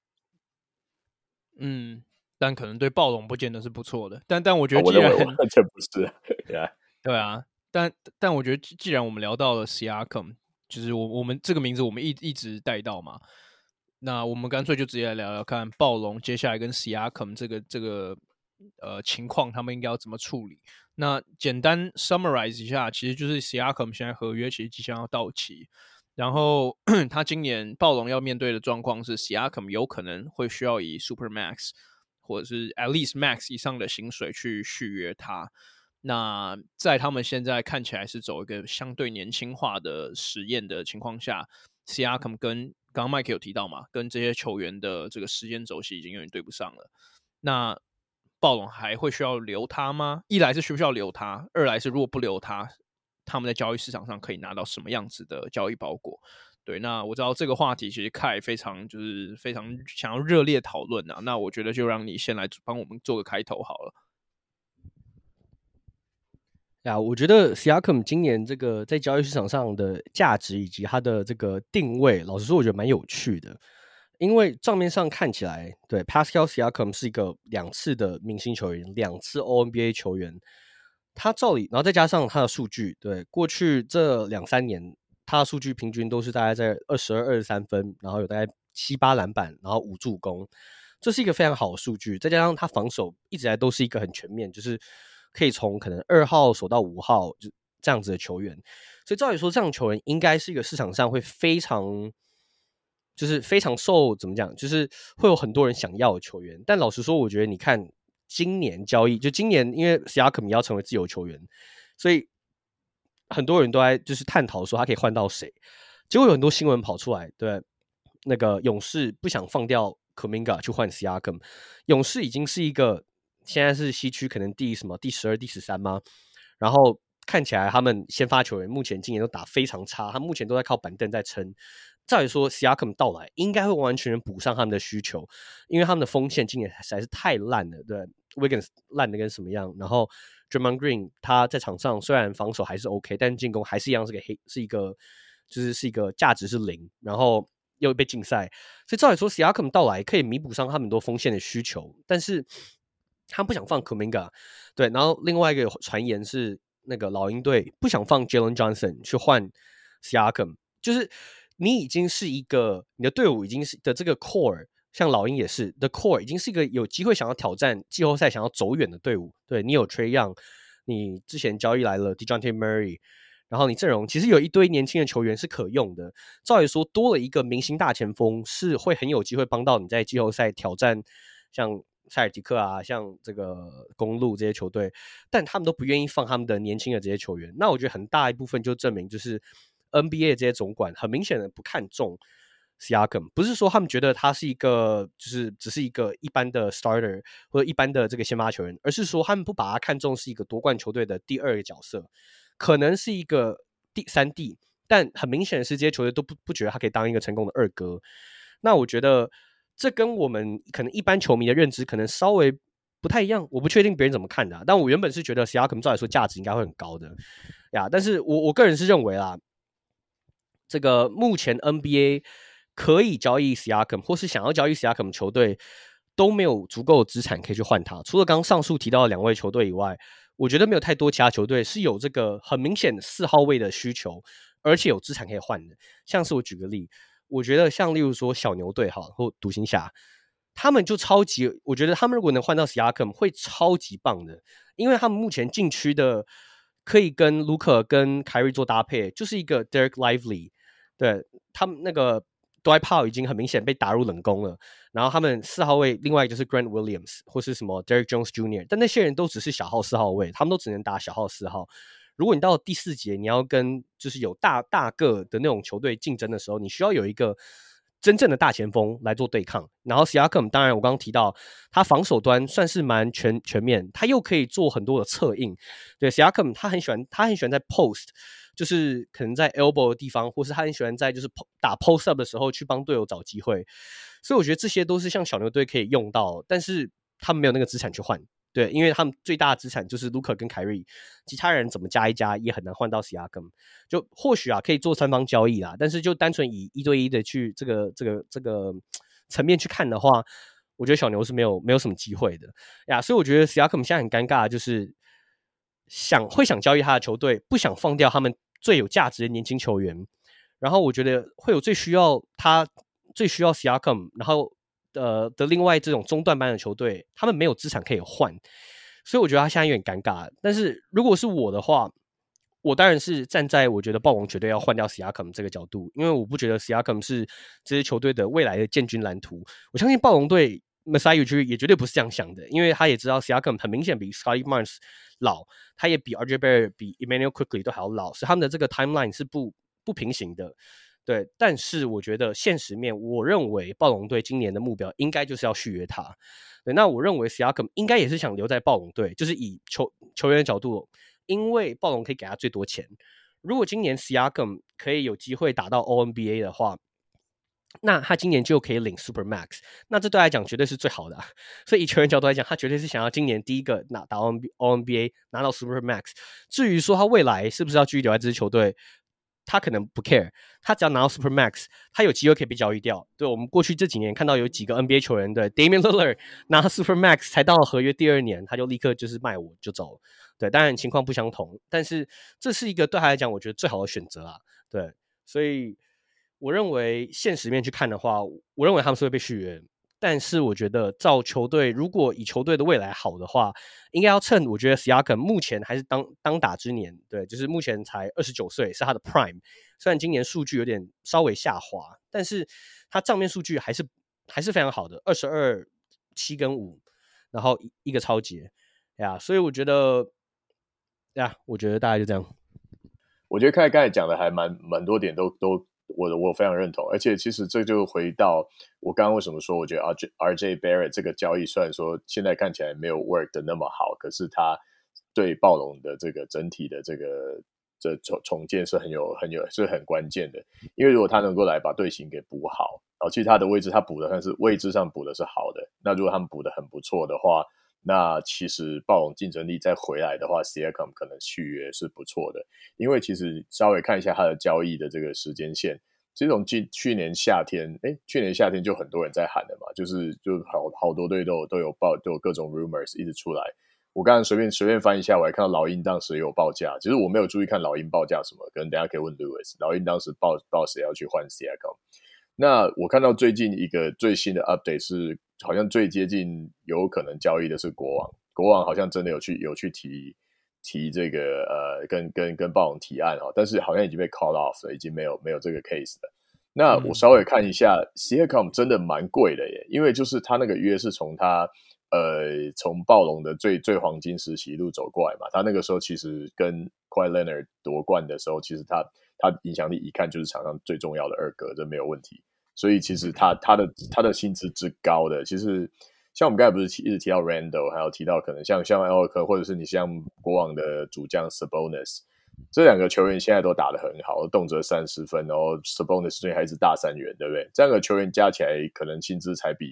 嗯，但可能对暴龙不见得是不错的。但但我觉得既然、 哦、我认为这不是，yeah. 对啊，但但我觉得既然我们聊到了 Siakam， 就是我我们这个名字我们一一直带到嘛，那我们干脆就直接来聊聊看暴龙接下来跟 Siakam 这个这个呃情况，他们应该要怎么处理。那简单 summarize 一下，其实就是 Siakam 现在合约其实即将要到期。然后他今年暴龙要面对的状况是 Siakam 有可能会需要以 Supermax 或者是 at least Max 以上的薪水去续约他。那在他们现在看起来是走一个相对年轻化的实验的情况下， Siakam 跟刚刚 Mike 有提到嘛，跟这些球员的这个时间轴系已经有点对不上了。那暴龙还会需要留他吗？一来是需不需要留他，二来是如果不留他，他们在交易市场上可以拿到什么样子的交易包裹？对，那我知道这个话题其实凯非常就是非常想要热烈讨论啊。那我觉得就让你先来帮我们做个开头好了。 呀，我觉得 Siakam 今年这个在交易市场上的价值以及他的这个定位，老实说我觉得蛮有趣的。因为账面上看起来，对 Pascal Siakam 是一个两次的明星球员，两次 O N B A 球员。他照理，然后再加上他的数据，对过去这两三年，他的数据平均都是大概在二十二、二十三分，然后有大概七八篮板，然后五助攻，这是一个非常好的数据。再加上他防守一直来都是一个很全面，就是可以从可能二号守到五号，就这样子的球员。所以照理说，这样的球员应该是一个市场上会非常，就是非常受怎么讲，就是会有很多人想要的球员。但老实说，我觉得你看。今年交易就今年，因为 Siakam 要成为自由球员，所以很多人都在就是探讨说他可以换到谁。结果有很多新闻跑出来，对，那个勇士不想放掉 Kuminga 去换 Siakam， 勇士已经是一个现在是西区可能第什么第十二、第十三吗？然后看起来他们先发球员目前今年都打非常差，他目前都在靠板凳在撑。照理说 Siakam 到来应该会完完全全补上他们的需求，因为他们的锋线今年实在是太烂了，对 Wiggins 烂的跟什么样，然后 Draymond Green 他在场上虽然防守还是 OK， 但进攻还是一样是个黑，是一个就是是一个价值是零，然后又被禁赛，所以照理说 Siakam 到来可以弥补上他们很多锋线的需求，但是他不想放 Kuminga， 对，然后另外一个传言是那个老鹰队不想放 Jalen Johnson 去换 Siakam， 就是你已经是一个你的队伍已经是的这个 core， 像老鹰也是 the core 已经是一个有机会想要挑战季后赛想要走远的队伍。对，你有 Trae Young， 你之前交易来了 DeJounte Murray， 然后你阵容其实有一堆年轻的球员是可用的。照理说多了一个明星大前锋是会很有机会帮到你在季后赛挑战像塞尔提克啊，像这个公鹿这些球队，但他们都不愿意放他们的年轻的这些球员。那我觉得很大一部分就证明就是 N B A 这些总管很明显的不看重 Siakam， 不是说他们觉得他是一个就是只是一个一般的 starter 或者一般的这个先发球员，而是说他们不把他看重是一个夺冠球队的第二个角色，可能是一个第三弟，但很明显的是这些球队都 不, 不觉得他可以当一个成功的二哥。那我觉得这跟我们可能一般球迷的认知可能稍微不太一样，我不确定别人怎么看的、啊，但我原本是觉得 Siakam 照理说价值应该会很高的呀，但是我我个人是认为啦，这个目前 N B A 可以交易 Siakam 或是想要交易 Siakam 球队都没有足够的资产可以去换他，除了刚刚上述提到的两位球队以外，我觉得没有太多其他球队是有这个很明显的四号位的需求，而且有资产可以换的。像是我举个例，我觉得像例如说小牛队哈或独行侠，他们就超级，我觉得他们如果能换到 Siakam 会超级棒的，因为他们目前禁区的可以跟 Luka 跟 Kyrie 做搭配，就是一个 Derek Lively， 对他们那个 Dwight Powell 已经很明显被打入冷宫了，然后他们四号位另外就是 Grant Williams 或是什么 Derek Jones Junior， 但那些人都只是小号四号位，他们都只能打小号四号。如果你到第四节你要跟就是有大大个的那种球队竞争的时候，你需要有一个真正的大前锋来做对抗。然后 Siakam 当然我刚刚提到他防守端算是蛮全全面，他又可以做很多的策应。对 Siakam 他很喜欢他很喜欢在 post， 就是可能在 elbow 的地方，或是他很喜欢在就是打 post up 的时候去帮队友找机会。所以我觉得这些都是像小牛队可以用到，但是他们没有那个资产去换。对，因为他们最大的资产就是 Luka 跟 Kyrie， 其他人怎么加一加也很难换到 Siakam。就或许啊可以做三方交易啦，但是就单纯以一对一的去这个这个这个层面去看的话，我觉得小牛是没有没有什么机会的呀。所以我觉得 Siakam 现在很尴尬，就是想会想交易他的球队不想放掉他们最有价值的年轻球员，然后我觉得会有最需要他最需要 Siakam， 然后呃的另外这种中段班的球队，他们没有资产可以换，所以我觉得他现在有点尴尬。但是如果是我的话，我当然是站在我觉得暴龙绝对要换掉 Siakam 这个角度，因为我不觉得 Siakam 是这支球队的未来的建军蓝图。我相信暴龙队 Masai Ujiri 也绝对不是这样想的，因为他也知道 Siakam 很明显比 Scottie Barnes 老，他也比 R J Barrett 比 Emmanuel Quickly 都还要老，所以他们的这个 timeline 是不不平行的。对，但是我觉得现实面，我认为暴龙队今年的目标应该就是要续约他。对，那我认为 Siakam 应该也是想留在暴龙队，就是以球球员的角度，因为暴龙可以给他最多钱。如果今年 Siakam 可以有机会打到 O N B A 的话，那他今年就可以领 Super Max， 那这对他来讲绝对是最好的、啊。所以以球员角度来讲，他绝对是想要今年第一个拿打 O N B A 拿到 Super Max。至于说他未来是不是要继续留在这支球队，他可能不 care， 他只要拿到 Super Max， 他有机会可以被交易掉。对，我们过去这几年看到有几个 N B A 球员，对 Damian Lillard 拿 Super Max 才到了合约第二年，他就立刻就是卖我就走了。对，当然情况不相同，但是这是一个对他来讲我觉得最好的选择啊。对，所以我认为现实面去看的话，我认为他们是会被续约。但是我觉得照球队，如果以球队的未来好的话，应该要趁我觉得 Siakam 目前还是当当打之年，对，就是目前才二十九岁，是他的 prime。虽然今年数据有点稍微下滑，但是他账面数据还是还是非常好的，二十二七跟五，然后一个超节呀，所以我觉得呀，我觉得大概就这样。 我觉得刚才刚才讲的还蛮蛮多点都都。我我非常认同，而且其实这就回到我刚刚为什么说，我觉得 R J Barrett 这个交易虽然说现在看起来没有 work 的那么好，可是他对暴龙的这个整体的这个这重重建是很有很有是很关键的。因为如果他能够来把队形给补好，然后其实他的位置他补的算是位置上补的是好的，那如果他们补的很不错的话，那其实暴龙竞争力再回来的话 Siakam 可能续约是不错的。因为其实稍微看一下他的交易的这个时间线，这种去去年夏天诶去年夏天就很多人在喊了嘛，就是就好好多队都有都有报都有各种 rumors 一直出来。我刚刚随便随便翻一下，我还看到老鹰当时也有报价，其实我没有注意看老鹰报价什么，可能等一下可以问 Lewis 老鹰当时报报谁要去换 Siakam。那我看到最近一个最新的 update 是，好像最接近有可能交易的是国王，国王好像真的有去有去提提这个呃跟跟跟暴龙提案哈，但是好像已经被 call off 了，已经没有没有这个 case 了。那我稍微看一下、嗯、Siakam 真的蛮贵的耶，因为就是他那个约是从他呃从暴龙的最最黄金时期一路走过来嘛，他那个时候其实跟 Kawhi Leonard 夺冠的时候，其实他他影响力一看就是场上最重要的二哥，这没有问题。所以其实他他的他的薪资之高的，其实像我们刚才不是一直提到 Randle， 还有提到可能像像 Elk 或者是你像国王的主将 Sabonis， 这两个球员现在都打得很好，动辄三十分，然后 Sabonis 最近还是大三元，对不对？这两个球员加起来可能薪资才比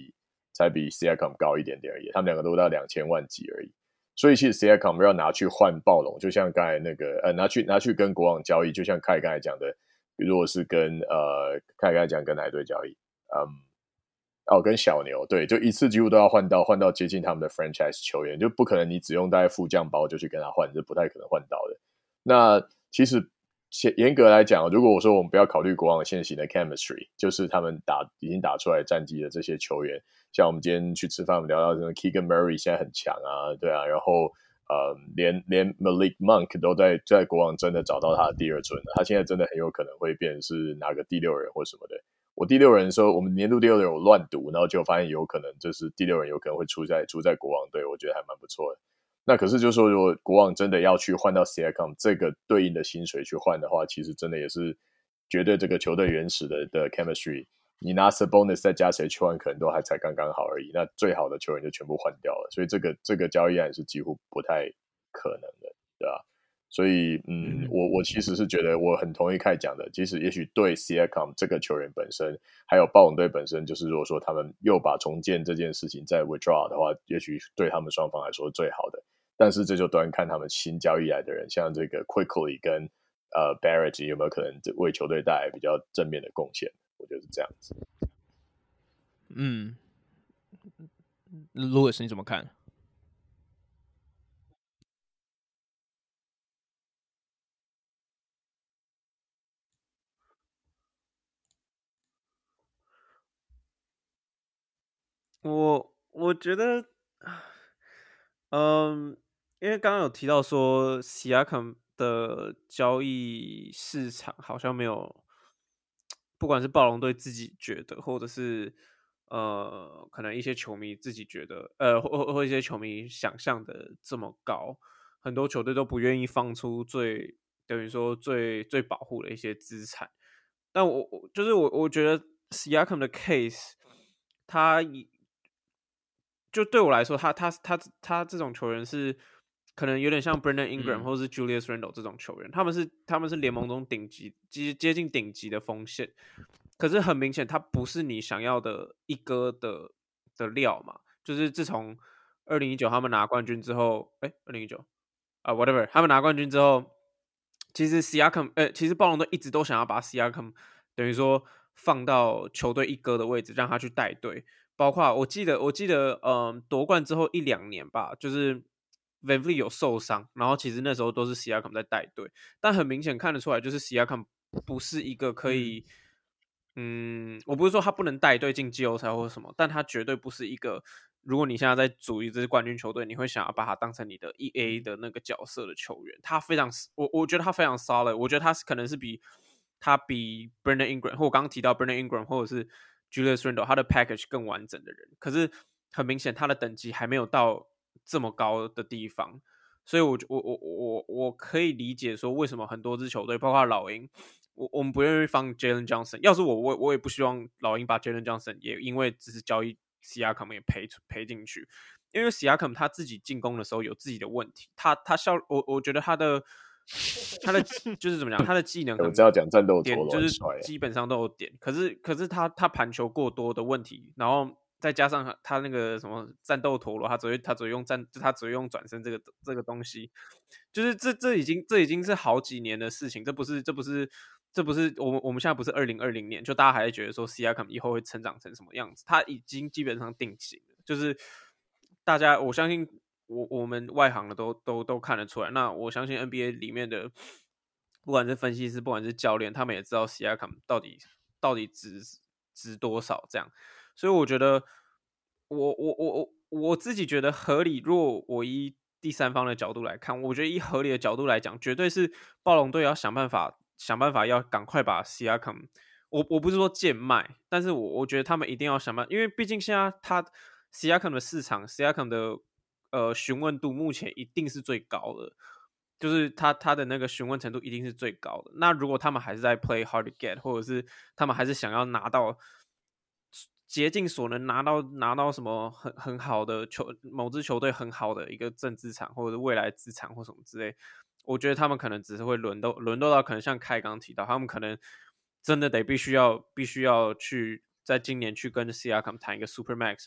才比 Siakam 高一点点而已，他们两个都到两千万级而已。所以其实 Siakam 要拿去换暴龙，就像刚才那个呃拿去拿去跟国王交易，就像凯刚才讲的，如果是跟呃凯刚才讲跟哪一队交易，嗯，哦跟小牛，对，就一次几乎都要换到换到接近他们的 franchise 球员，就不可能你只用大概副将包就去跟他换，这不太可能换到的。那其实严格来讲，如果我说我们不要考虑国王现行的 chemistry， 就是他们打已经打出来战绩的这些球员，像我们今天去吃饭，我们聊到什么 Keegan Murray 现在很强啊，对啊，然后呃，连连 Malik Monk 都在在国王真的找到他的第二春了，他现在真的很有可能会变成是拿个第六人或什么的。我第六人的时候，我们年度第六人有乱读，然后就发现有可能就是第六人有可能会出在出在国王队，我觉得还蛮不错的。那可是就是说，如果国王真的要去换到 Siakam 这个对应的薪水去换的话，其实真的也是绝对这个球队原始的的 chemistry。你拿 Sabonis 再加谁去换，可能都还才刚刚好而已。那最好的球员就全部换掉了，所以这个这个交易案是几乎不太可能的，对吧？所以，嗯，我我其实是觉得我很同意凯讲的，其实也许对 Siakam 这个球员本身，还有暴龙队本身，就是如果说他们又把重建这件事情再 withdraw 的话，也许对他们双方来说是最好的。但是这就端看他们新交易来的人，像这个 Quickly 跟呃 Barrett 有没有可能为球队带来比较正面的贡献？我觉得是这样子。 嗯 ，Louis 你怎么看？ 我我觉得，嗯，因为刚刚有提到说 Siakam 的交易市场好像没有，不管是暴龙队自己觉得，或者是呃，可能一些球迷自己觉得，呃，或或一些球迷想象的这么高，很多球队都不愿意放出最等于说最最保护的一些资产。但我我就是我我觉得 Siakam 的 case， 他就对我来说，他他他他这种球员是可能有点像 Brandon Ingram、嗯、或是 Julius Randle 这种球员，他们是他们是联盟中顶级接接近顶级的锋线，可是很明显他不是你想要的一哥的的料嘛。就是自从二零一九他们拿冠军之后，哎，二零一九啊 whatever， 他们拿冠军之后，其实 Siakam 呃，其实暴龙队一直都想要把 Siakam 等于说放到球队一哥的位置，让他去带队。包括我记得，我记得，嗯，夺冠之后一两年吧，就是 VanVleet 有受伤，然后其实那时候都是 Siakam 在带队，但很明显看得出来，就是 Siakam 不是一个可以，嗯，我不是说他不能带队进季后赛或者什么，但他绝对不是一个，如果你现在在组一支冠军球队，你会想要把他当成你的 E A 的那个角色的球员。他非常，我我觉得他非常 solid， 我觉得他是可能是比他比 Brandon Ingram 或我刚刚提到 Brandon Ingram 或者是Julius Randle 他的 package 更完整的人，可是很明显他的等级还没有到这么高的地方，所以我我我我我可以理解说为什么很多支球队，包括老鹰，我我们不愿意放 Jalen Johnson。要是我，我我也不希望老鹰把 Jalen Johnson 也因为只是交易 Siakam 也赔赔进去，因为 Siakam 他自己进攻的时候有自己的问题，他他效我我觉得他的。他的就是怎么讲，他的技能我知道讲战斗点就是基本上都有点，可是可是他他盘球过多的问题，然后再加上他那个什么战斗陀螺，他只会他只会用战，他只会用转身这个这个东西，就是这这已经这已经是好几年的事情，这不是这不是这不是我们我们现在不是二零二零年，就大家还在觉得说 Siakam 以后会成长成什么样子，他已经基本上定型了，就是大家我相信。我我们外行的都都都看得出来，那我相信 N B A 里面的不管是分析师，不管是教练，他们也知道 Siakam 到底到底值值多少这样，所以我觉得我我我我我自己觉得合理。如果我以第三方的角度来看，我觉得以合理的角度来讲，绝对是暴龙队要想办法想办法要赶快把 Siakam， 我我不是说贱卖，但是我我觉得他们一定要想办法，因为毕竟现在他 Siakam 的市场 ，Siakam 的呃，询问度目前一定是最高的，就是他他的那个询问程度一定是最高的。那如果他们还是在 play hard to get， 或者是他们还是想要拿到竭尽所能拿到拿到什么很很好的球，某支球队很好的一个正资产或者未来资产或什么之类，我觉得他们可能只是会轮斗轮斗到可能像凯刚提到，他们可能真的得必须要必须要去在今年去跟 Siakam 谈一个 Supermax。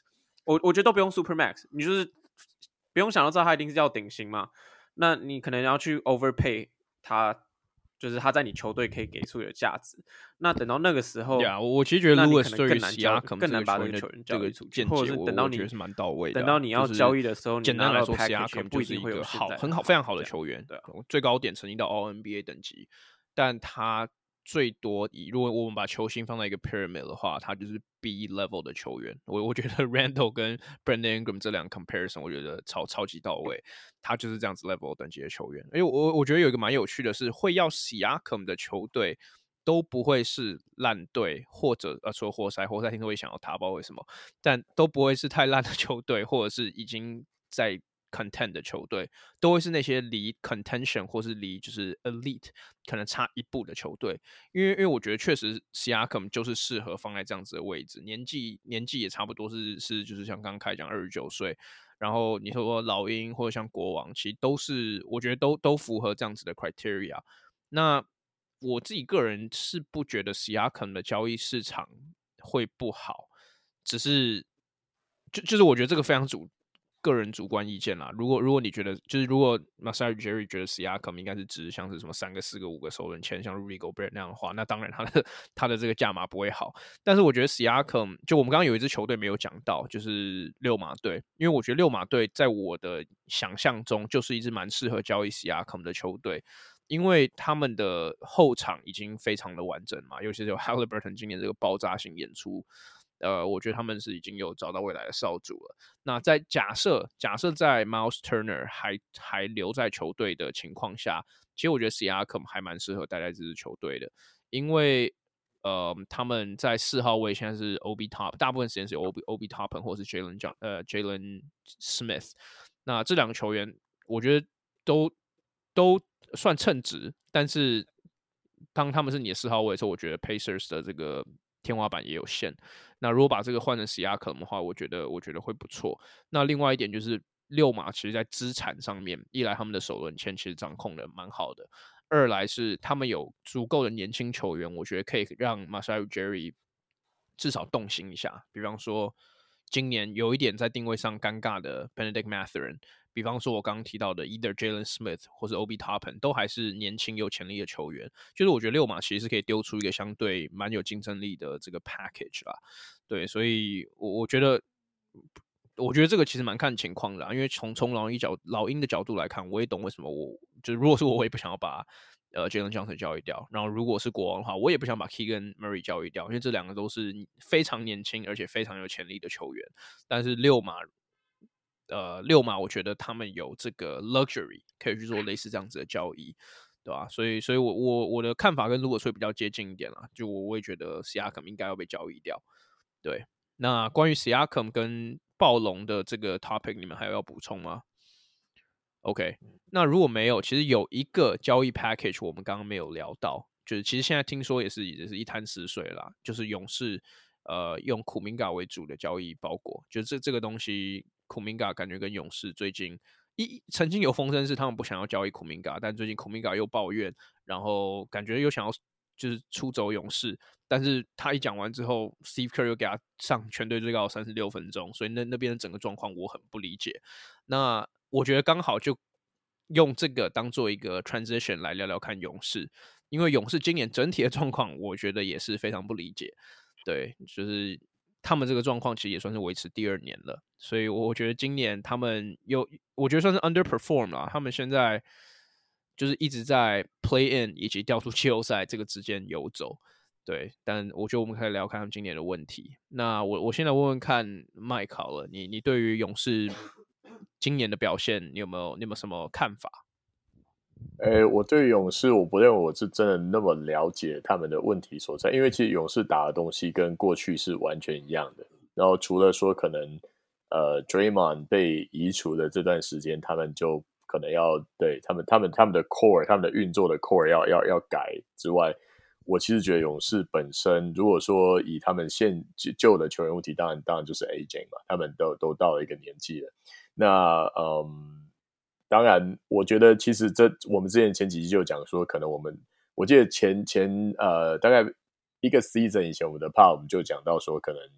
我我觉得都不用 super max， 你就是不用想到知道他一定是要顶薪嘛，那你可能要去 overpay 他，就是他在你球队可以给出的价值。那等到那个时候， yeah, 我其实觉得 Lewis 对于 Siakam 更难把这个球员交易出去，或者是等到你我觉得是蛮到位的、啊。 等到你要交易的时候， 简单来说 ，Siakam 就是一个好、很好、非常好的球员， 对、啊， 最高点曾经到 All N B A 等级，但他最多以如果我们把球星放在一个 pyramid 的话，他就是 B level 的球员。我我觉得 Randall 跟 Brandon Ingram 这两个 comparison， 我觉得超超级到位。他就是这样子 level 等级的球员。因为我我觉得有一个蛮有趣的是，会要 Siakam 的球队都不会是烂队，或者呃除了活塞，活塞听说会想要他，不知道为什么，但都不会是太烂的球队，或者是已经在content 的球队，都会是那些离 contention 或是离就是 elite 可能差一步的球队，因为因为我觉得确实 Siakam 就是适合放在这样子的位置，年纪年纪也差不多是是就是像刚刚开始讲二十九岁，然后你说老鹰或者像国王，其实都是我觉得都都符合这样子的 criteria。那我自己个人是不觉得 Siakam 的交易市场会不好，只是就就是我觉得这个非常主。个人主观意见啦，如果如果你觉得就是如果 Masai Ujiri 觉得 Siakam 应该是值像是什么三个、四个、五个首轮签，像 Rudy Gobert 那样的话，那当然他的他的这个价码不会好。但是我觉得 Siakam 就我们刚刚有一支球队没有讲到，就是六马队，因为我觉得六马队在我的想象中就是一支蛮适合交易 Siakam 的球队。因为他们的后场已经非常的完整嘛，尤其是有 Haliburton 今年这个爆炸性演出。呃，我觉得他们是已经有找到未来的少主了。那在假设假设在 Miles Turner 还还留在球队的情况下，其实我觉得 Siakam 还蛮适合待在这支球队的，因为呃他们在四号位现在是 Obi Top， 大部分时间是 Obi Obi Toppin 或是 Jalen John 呃 Jalen Smith。那这两个球员，我觉得都都算称职，但是当他们是你的四号位的时候，我觉得 Pacers 的这个天花板也有限。那如果把这个换成 Siakam 的话，我觉得我觉得会不错。那另外一点就是六马其实在资产上面，一来他们的首轮签其实掌控的蛮好的，二来是他们有足够的年轻球员，我觉得可以让 Masai Ujiri 至少动心一下。比方说今年有一点在定位上尴尬的 Benedict Mathurin，比方说我刚刚提到的 either Jalen Smith 或是 Obi Toppin 都还是年轻有潜力的球员，就是我觉得六马其实是可以丢出一个相对蛮有竞争力的这个 package 啦。对，所以我我觉得我觉得这个其实蛮看情况的、啊，因为从从老鹰角老鹰的角度来看，我也懂为什么我就是如果是我，我也不想要把呃 Jalen Johnson 交易掉，然后如果是国王的话，我也不想把 Keegan Murray 交易掉，因为这两个都是非常年轻而且非常有潜力的球员，但是六马。呃，六马我觉得他们有这个 luxury 可以去做类似这样子的交易，对吧？所以，所以我我我的看法跟如果说比较接近一点啦，就我我也觉得 Siakam 应该要被交易掉。对，那关于 Siakam 跟暴龙的这个 topic， 你们还有要补充吗 ？OK， 那如果没有，其实有一个交易 package 我们刚刚没有聊到，就是其实现在听说也是也是一滩死水啦，就是勇士呃用库明加为主的交易包裹，就是这这个东西。库明加感觉跟勇士最近一曾经有风声是他们不想要交易库明加，但最近库明加又抱怨，然后感觉又想要就是出走勇士，但是他一讲完之后 ，Steve Kerr 又给他上全队最高三十六分钟，所以那那边的整个状况我很不理解。那我觉得刚好就用这个当做一个 transition 来聊聊看勇士，因为勇士今年整体的状况，我觉得也是非常不理解。对，就是。他们这个状况其实也算是维持第二年了，所以我觉得今年他们有，我觉得算是 underperform 啦。他们现在就是一直在 play in 以及掉出季后赛这个之间游走，对。但我觉得我们可以聊看他们今年的问题。那我我现在问问看 Mike 好了，你你对于勇士今年的表现，你有没有你有没有什么看法？ 诶，我对勇士，我不认为我是真的那么了解他们的问题所在，因为其实勇士打的东西跟过去是完全一样的。然后除了说可能呃 Draymond 被移除的这段时间，他们就可能要对他们他们他们的 core 他们的运作的 core 要要要改之外，我其实觉得勇士本身，如果说以他们现旧的球员问题，当然当然就是 A J 嘛，他们都都到了一个年纪了。那嗯。当然，我觉得其实这我们之前前几集就讲说，可能我们我记得前前呃大概一个 season 以前，我们的 pod 我们就讲到说，可能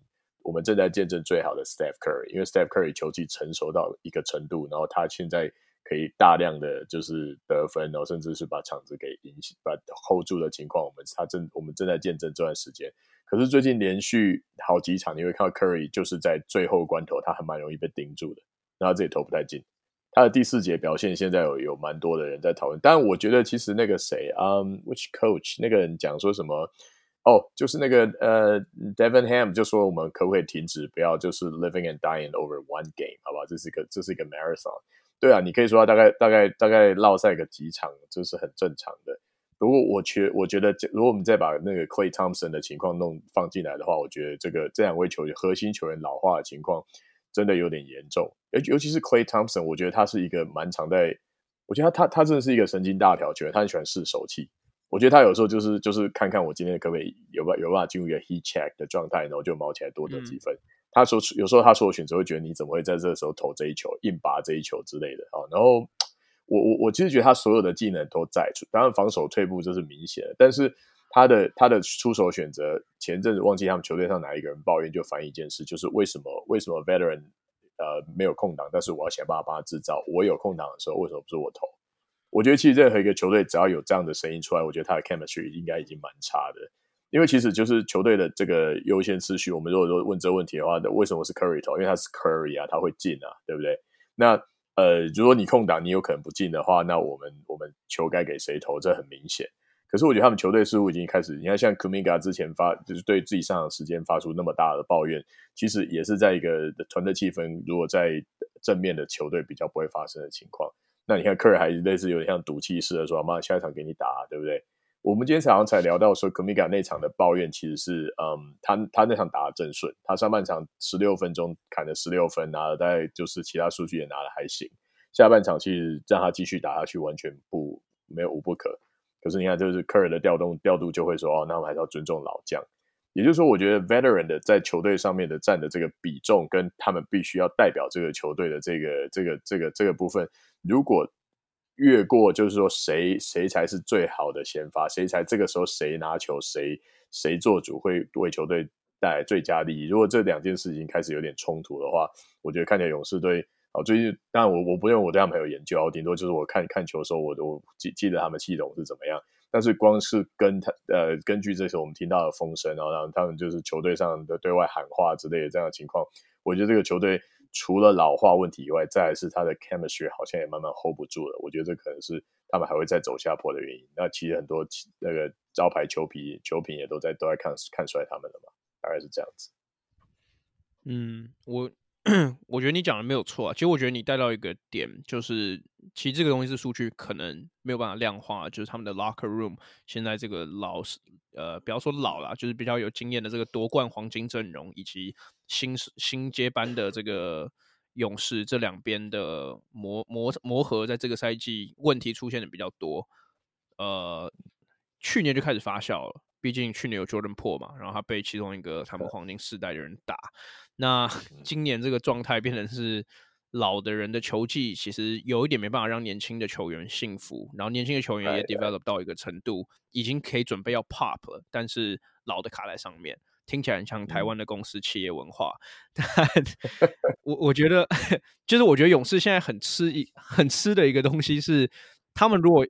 我们正在见证最好的 Steph Curry， 因为 Steph Curry 球技成熟到一个程度，然后他现在可以大量的就是得分，然后甚至是把场子给影把 hold 住的情况，我们他正我们正在见证这段时间。可是最近连续好几场，你会看到 Curry 就是在最后关头，他还蛮容易被盯住的，然后自己投不太进。他的第四节表现现在有有蛮多的人在讨论，但我觉得其实那个谁，嗯 ，which coach 那个人讲说什么？哦，就是那个呃 ，Devin Ham 就说我们可不可以停止，不要就是 living and dying over one game， 好吧？这是一个这是一个 marathon。对啊，你可以说他大概大概大概落赛个几场，这是很正常的。不过我觉我觉得，如果我们再把那个 Klay Thompson 的情况弄放进来的话，我觉得这个这两位球员核心球员老化的情况真的有点严重。尤尤其是 Klay Thompson， 我觉得他是一个蛮常在，我觉得他他他真的是一个神经大条球员，他很喜欢试手气。我觉得他有时候就是就是看看我今天可不可以有办有办法进入一个 heat check 的状态，然后就毛起来多得几分。嗯、他说有时候他说的选择会觉得你怎么会在这个时候投这一球，硬拔这一球之类的啊。然后我我我其实觉得他所有的技能都在，当然防守退步这是明显的，但是他的他的出手选择，前阵子忘记他们球队上哪一个人抱怨就反映一件事，就是为什么为什么 veteran 呃没有空档，但是我要想办法帮他制造，我有空档的时候为什么不是我投？我觉得其实任何一个球队只要有这样的声音出来，我觉得他的 chemistry 应该已经蛮差的。因为其实就是球队的这个优先次序，我们如果说问这个问题的话，为什么是 Curry 投？因为他是 Curry 啊，他会进啊，对不对？那呃，如果你空档你有可能不进的话，那我们我们球该给谁投？这很明显。可是我觉得他们球队似乎已经开始，你看像 Kuminga 之前发就是对自己上场时间发出那么大的抱怨，其实也是在一个团队气氛如果在正面的球队比较不会发生的情况。那你看 Curry 还类似有点像赌气式的说，妈下一场给你打、啊，对不对？我们今天早上才聊到说 Kuminga 那场的抱怨其实是嗯，他他那场打得正顺，他上半场十六分钟砍了十六分，拿了大概就是其他数据也拿得还行，下半场其实让他继续打下去完全不没有无不可。可是你看就是 Curry 的调动调度就会说哦，那我们还是要尊重老将。也就是说我觉得 veteran 的在球队上面的占的这个比重跟他们必须要代表这个球队的这个这个这个这个部分，如果越过就是说谁谁才是最好的先发，谁才这个时候谁拿球谁谁做主会为球队带来最佳利益。如果这两件事情开始有点冲突的话，我觉得看起来勇士队哦，最近当然我我不认为我对他们很有研究，我顶多就是我看看球的时候我我记记得他们系统是怎么样。但是光是跟他呃根据这些我们听到的风声，然后让他们就是球队上的对外喊话之类的这样的情况，我觉得这个球队除了老化问题以外，再来是他的 chemistry 好像也慢慢 hold 不住了。我觉得这可能是他们还会再走下坡的原因。那其实很多那个招牌球皮球评也都在都在看看衰他们了嘛，大概是这样子。 嗯，我我觉得你讲的没有错啊。其实我觉得你带到一个点，就是其实这个东西是数据可能没有办法量化，就是他们的 locker room 现在这个老呃不要说老啦，就是比较有经验的这个夺冠黄金阵容，以及新新接班的这个勇士这两边的磨磨磨合，在这个赛季问题出现的比较多。呃，去年就开始发酵了，毕竟去年有 Jordan Po 嘛，然后他被其中一个他们黄金世代的人打。那今年这个状态变成是老的人的球技其实有一点没办法让年轻的球员幸福，然后年轻的球员也 develop 到一个程度，已经可以准备要 pop 了，但是老的卡在上面，听起来很像台湾的公司企业文化。但我我觉得就是我觉得勇士现在很吃很吃的一个东西是，他们如果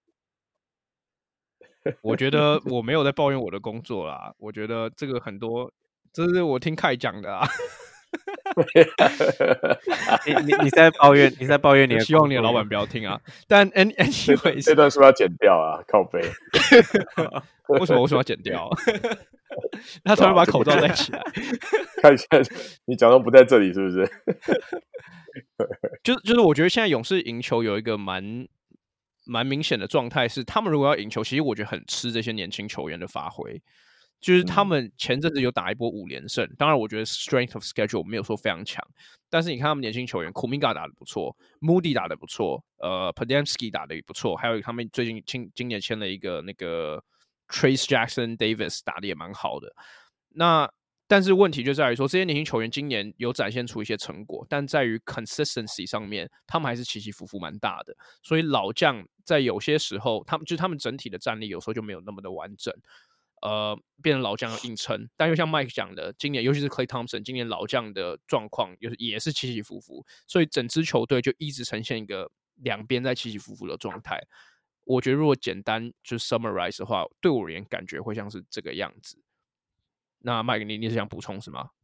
我觉得我没有在抱怨我的工作啦，我觉得这个很多这是我听凯讲的啊。 你你你在抱怨你在抱怨你的， 希望你的老板不要听啊。但 anyway 这段是不是要剪掉啊？靠背。 为什么为什么要剪掉？他突然把口罩戴起来。 看一下，你假装不在这里是不是？ 就是就是我觉得现在勇士赢球有一个蛮蛮明显的状态是，他们如果要赢球，其实我觉得很吃这些年轻球员的发挥。就是他们前阵子有打一波五连胜，当然我觉得 strength of schedule 没有说非常强，但是你看他们年轻球员 Kuminga 打得不错， Moody 打得不错，呃 Podziemski 打得也不错，还有他们最近今今年签了一个那个 Trace Jackson Davis 打得也蛮好的。那但是问题就在于说，这些年轻球员今年有展现出一些成果，但在于 consistency 上面，他们还是起起伏伏蛮大的。所以老将在有些时候，他们就是他们整体的战力有时候就没有那么的完整。 呃变成老将的硬撑。但又像 Mike 讲的，今年尤其是 Klay Thompson 今年老将的状况也也是起起伏伏，所以整支球队就一直呈现一个两边在起起伏伏的状态。我觉得如果简单就是 summarize 的话，对我而言感觉会像是这个样子。那 Mike 你你是想补充什么？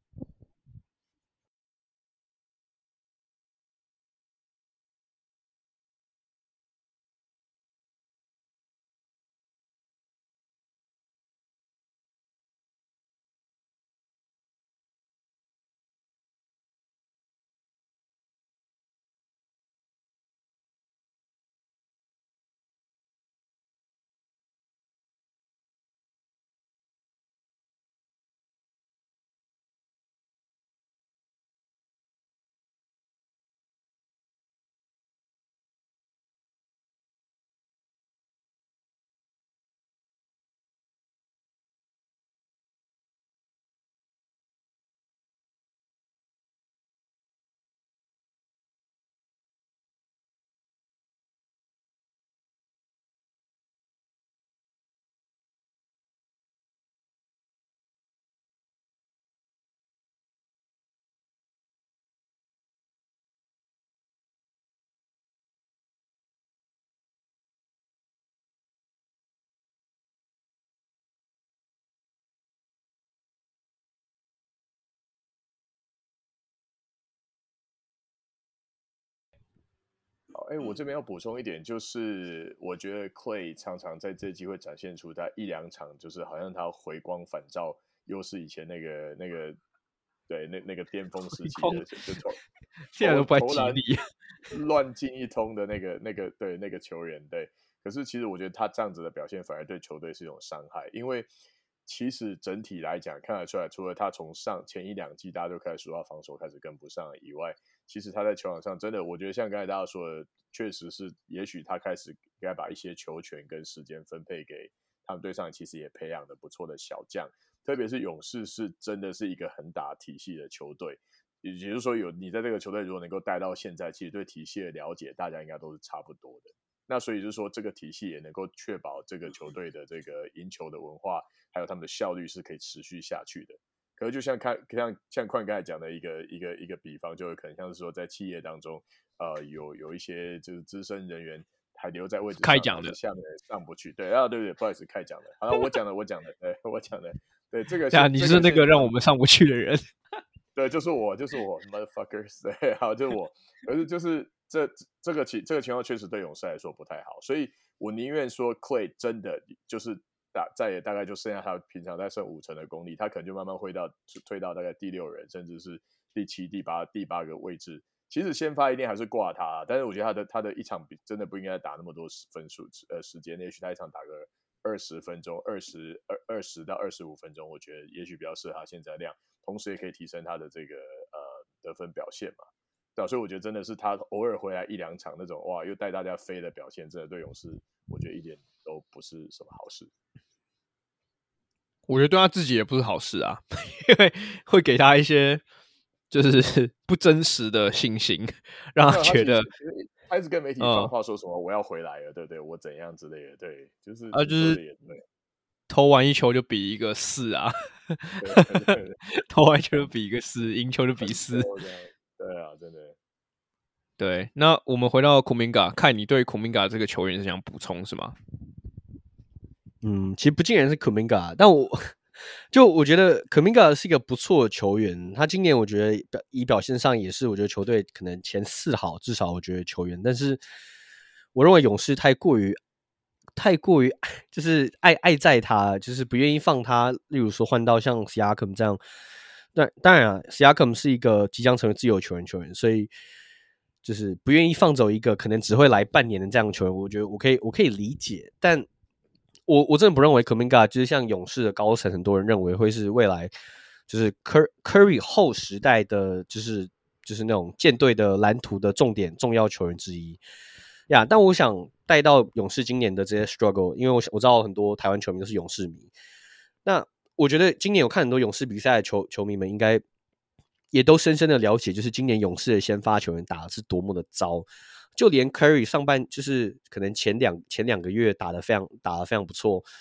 好，哎，我这边要补充一点，就是我觉得 Klay 常常在这机会展现出他一两场，就是好像他回光返照，又是以前那个那个对那那个巅峰时期的，就投现在都不太投篮吉利， 乱进一通的那个那个对那个球员，对。可是其实我觉得他这样子的表现反而对球队是一种伤害，因为其实整体来讲看得出来，除了他从上前一两季大家都开始说他防守开始跟不上以外，其实他在球场上真的，我觉得像刚才大家说的，确实是，也许他开始该把一些球权跟时间分配给他们队上，其实也培养的不错的小将，特别是勇士是真的是一个很打体系的球队，也就是说有你在这个球队如果能够带到现在，其实对体系的了解大家应该都是差不多的。那所以就是说，这个体系也能够确保这个球队的这个赢球的文化，还有他们的效率是可以持续下去的。可是就像看像像宽刚才讲的一个一个一个比方，就有可能像是说在企业当中，呃，有有一些就是资深人员还留在位置上， 开讲的下面人上不去。对啊，对不对？不好意思，开讲的。好了，我讲的，我讲的，对我讲的，对这个。 对啊，你是那个让我们上不去的人。 对，就是我，就是我 ，motherfuckers。对，好，就是我。可是就是这这个情这个情况确实对勇士来说不太好，所以我宁愿说 Klay 真的就是大再也大概就剩下他平常在剩五成的功力，他可能就慢慢会到推到大概第六人，甚至是第七、第八、第八个位置。其实先发一定还是挂他，但是我觉得他的他的一场比真的不应该打那么多分数呃时间，也许他一场打个二十分钟，二十二二十到二十五分钟，我觉得也许比较适合他现在量，同时也可以提升他的这个呃得分表现嘛。对啊，所以我觉得真的是他偶尔回来一两场那种哇，又带大家飞的表现，真的对勇士，我觉得一点都不是什么好事。 我觉得对他自己也不是好事啊，因为会给他一些就是不真实的信心，让他觉得他一直跟媒体放话说什么、嗯、我要回来了，对不对？我怎样之类的，对，就是啊，就是投完一球就比一个四啊， 对对对投完一球就比一个四，赢球就比四， 对啊，真的。 对，那我们回到库明加，看你对库明加这个球员是想补充是吗？ 嗯，其实不尽然是 Kuminga， 但我就我觉得 Kuminga 是一个不错的球员。他今年我觉得以表现上也是，我觉得球队可能前四好，至少我觉得球员。但是我认为勇士太过于太过于就是爱爱在他，就是不愿意放他。例如说换到像 Siakam 这样，但当然啊 ，Siakam 是一个即将成为自由球员球员，所以就是不愿意放走一个可能只会来半年的这样的球员。我觉得我可以我可以理解，但。我我真的不认为 Kuminga 就是像勇士的高层，很多人认为会是未来就是 Curry 后时代的，就是就是那种舰队的蓝图的重点重要球员之一呀。但我想带到勇士今年的这些 struggle， 因为我我知道很多台湾球迷都是勇士迷，那我觉得今年有看很多勇士比赛的球球迷们，应该也都深深的了解，就是今年勇士的先发球员打的是多么的糟。就连 Curry 上半就是可能前两前两个月打得非常打得非常不错，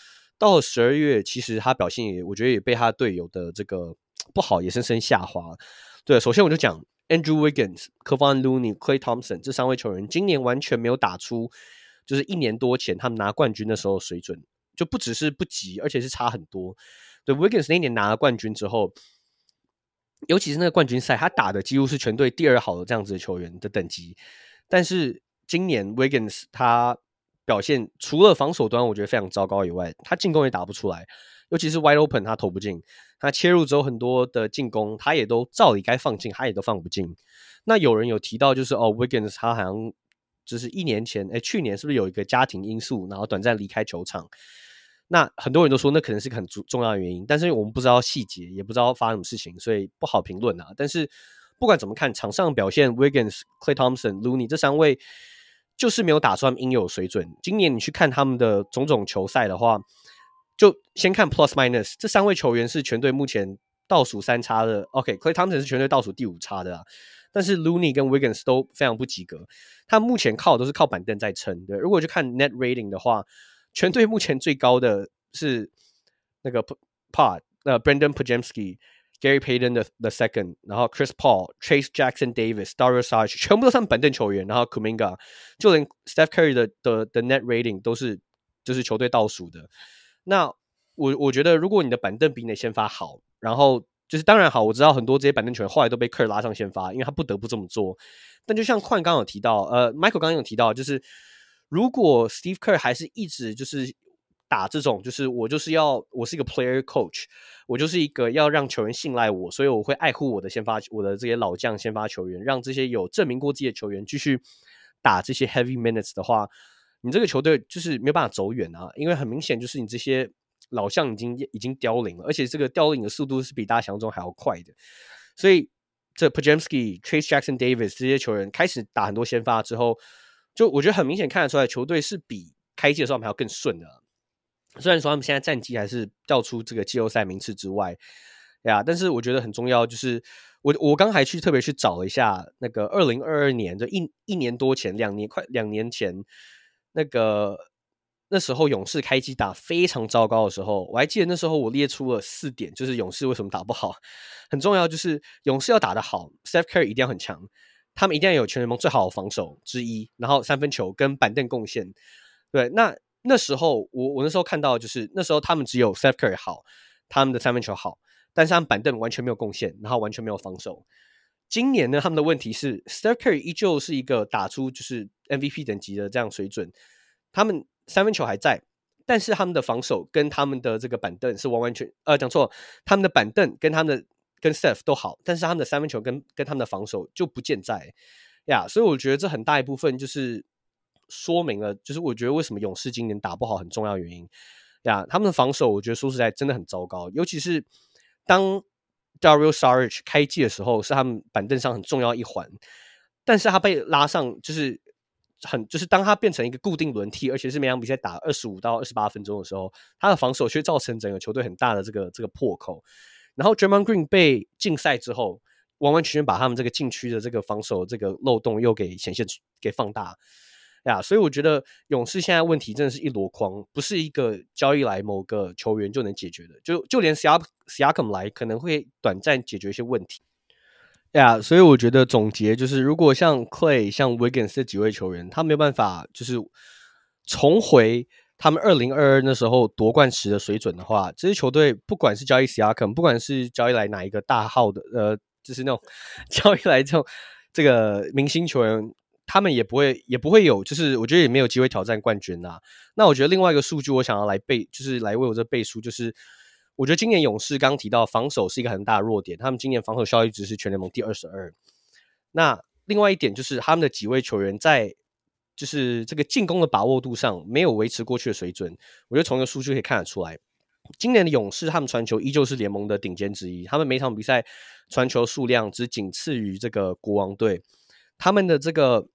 到了十二月，其实他表现也，我觉得也被他队友的这个不好也深深下滑。对，首先我就讲 Andrew Wiggins、Kevon Looney、Klay Thompson 这三位球员，今年完全没有打出就是一年多前他们拿冠军的时候水准，就不只是不及，而且是差很多。对 ，Wiggins 那一年拿了冠军之后，尤其是那个冠军赛，他打的几乎是全队第二好的这样子的球员的等级，但是今年 Wiggins 他表现除了防守端我觉得非常糟糕以外，他进攻也打不出来，尤其是 wide open 他投不进，他切入之后很多的进攻他也都照理该放进，他也都放不进。那有人有提到就是哦 Wiggins 他好像就是一年前，哎，去年是不是有一个家庭因素，然后短暂离开球场？那很多人都说那可能是个很重要的原因，但是我们不知道细节，也不知道发生什么事情，所以不好评论啊。但是不管怎么看，场上表现 Wiggins、Klay Thompson、Looney 这三位就是没有打出他们应有的水准。今年你去看他们的种种球赛的话，就先看 Plus Minus， 这三位球员是全队目前倒数三差的。OK，Klay Thompson 是全队倒数第五差的啊，但是 Looney 跟 Wiggins 都非常不及格。他目前靠都是靠板凳在撑。对，如果去看 Net Rating 的话，全队目前最高的是那个 Pod， 呃 Brandon Podziemski、Gary Payton the the second， 然后 Chris Paul、Chase Jackson-Davis、Dario Saric 全部都是板凳球员，然后 Kuminga， 就连 Steph Curry 的的的 Net Rating 都是就是球队倒数的。那我我觉得如果你的板凳比你的先发好，然后就是当然好，我知道很多这些板凳球员后来都被 Kerr 拉上先发，因为他不得不这么做。但就像Kwan刚刚有提到，呃 ，Michael 刚刚有提到，就是如果 Steve Kerr 还是一直就是打这种，就是我就是要我是一个 player coach， 我就是一个要让球员信赖我，所以我会爱护我的先发，我的这些老将先发球员，让这些有证明过自己的球员继续打这些 heavy minutes 的话，你这个球队就是没有办法走远啊，因为很明显就是你这些老将已经已经凋零了，而且这个凋零的速度是比大家想象中还要快的，所以这 Podziemski、Chase Jackson-Davis 这些球员开始打很多先发之后，就我觉得很明显看得出来，球队是比开季的时候还要更顺的。虽然说他们现在战绩还是掉出这个季后赛名次之外呀，但是我觉得很重要，就是我我刚还去特别去找了一下那个二零二二年，就一一年多前，两年快两年前，那个那时候勇士开机打非常糟糕的时候，我还记得那时候我列出了四点，就是勇士为什么打不好。很重要就是勇士要打得好 ，Steph Curry 一定要很强，他们一定要有全联盟最好的防守之一，然后三分球跟板凳贡献。对，那那时候我我那时候看到就是那时候他们只有 Steph Curry 好，他们的三分球好，但是他们板凳完全没有贡献，然后完全没有防守。今年呢，他们的问题是 Steph Curry 依旧是一个打出就是 M V P 等级的这样水准，他们三分球还在，但是他们的防守跟他们的这个板凳是完完全呃讲错，他们的板凳跟他们的跟 Steph 都好，但是他们的三分球跟跟他们的防守就不健在呀，所以我觉得这很大一部分就是说明了，就是我觉得为什么勇士今年打不好很重要的原因呀，他们的防守我觉得说实在真的很糟糕，尤其是当 Dario Saric 开季的时候是他们板凳上很重要一环，但是他被拉上就是很就是当他变成一个固定轮替，而且是每场比赛打二十五到二十八分钟的时候，他的防守却造成整个球队很大的这个这个破口。然后 Draymond Green 被禁赛之后，完完全全把他们这个禁区的这个防守这个漏洞又给显现给放大呀，所以我觉得勇士现在问题真的是一箩筐，不是一个交易来某个球员就能解决的，就就连 Siakam 来可能会短暂解决一些问题呀，所以我觉得总结就是，如果像 Klay 像 Wiggins 这几位球员，他没有办法就是重回他们二零二二那时候夺冠时的水准的话，这支球队不管是交易 Siakam， 不管是交易来哪一个大号的呃，就是那种交易来这种这个明星球员，他们也不会也不会有，就是我觉得也没有机会挑战冠军啦。那我觉得另外一个数据我想要来背，就是来为我这背书，就是我觉得今年勇士刚刚提到防守是一个很大的弱点，他们今年防守效率值是全联盟第二十二。那另外一点就是他们的几位球员在就是这个进攻的把握度上没有维持过去的水准，我觉得从一个数据可以看得出来。今年的勇士他们传球依旧是联盟的顶尖之一，他们每场比赛传球数量只仅次于这个国王队，他们的这个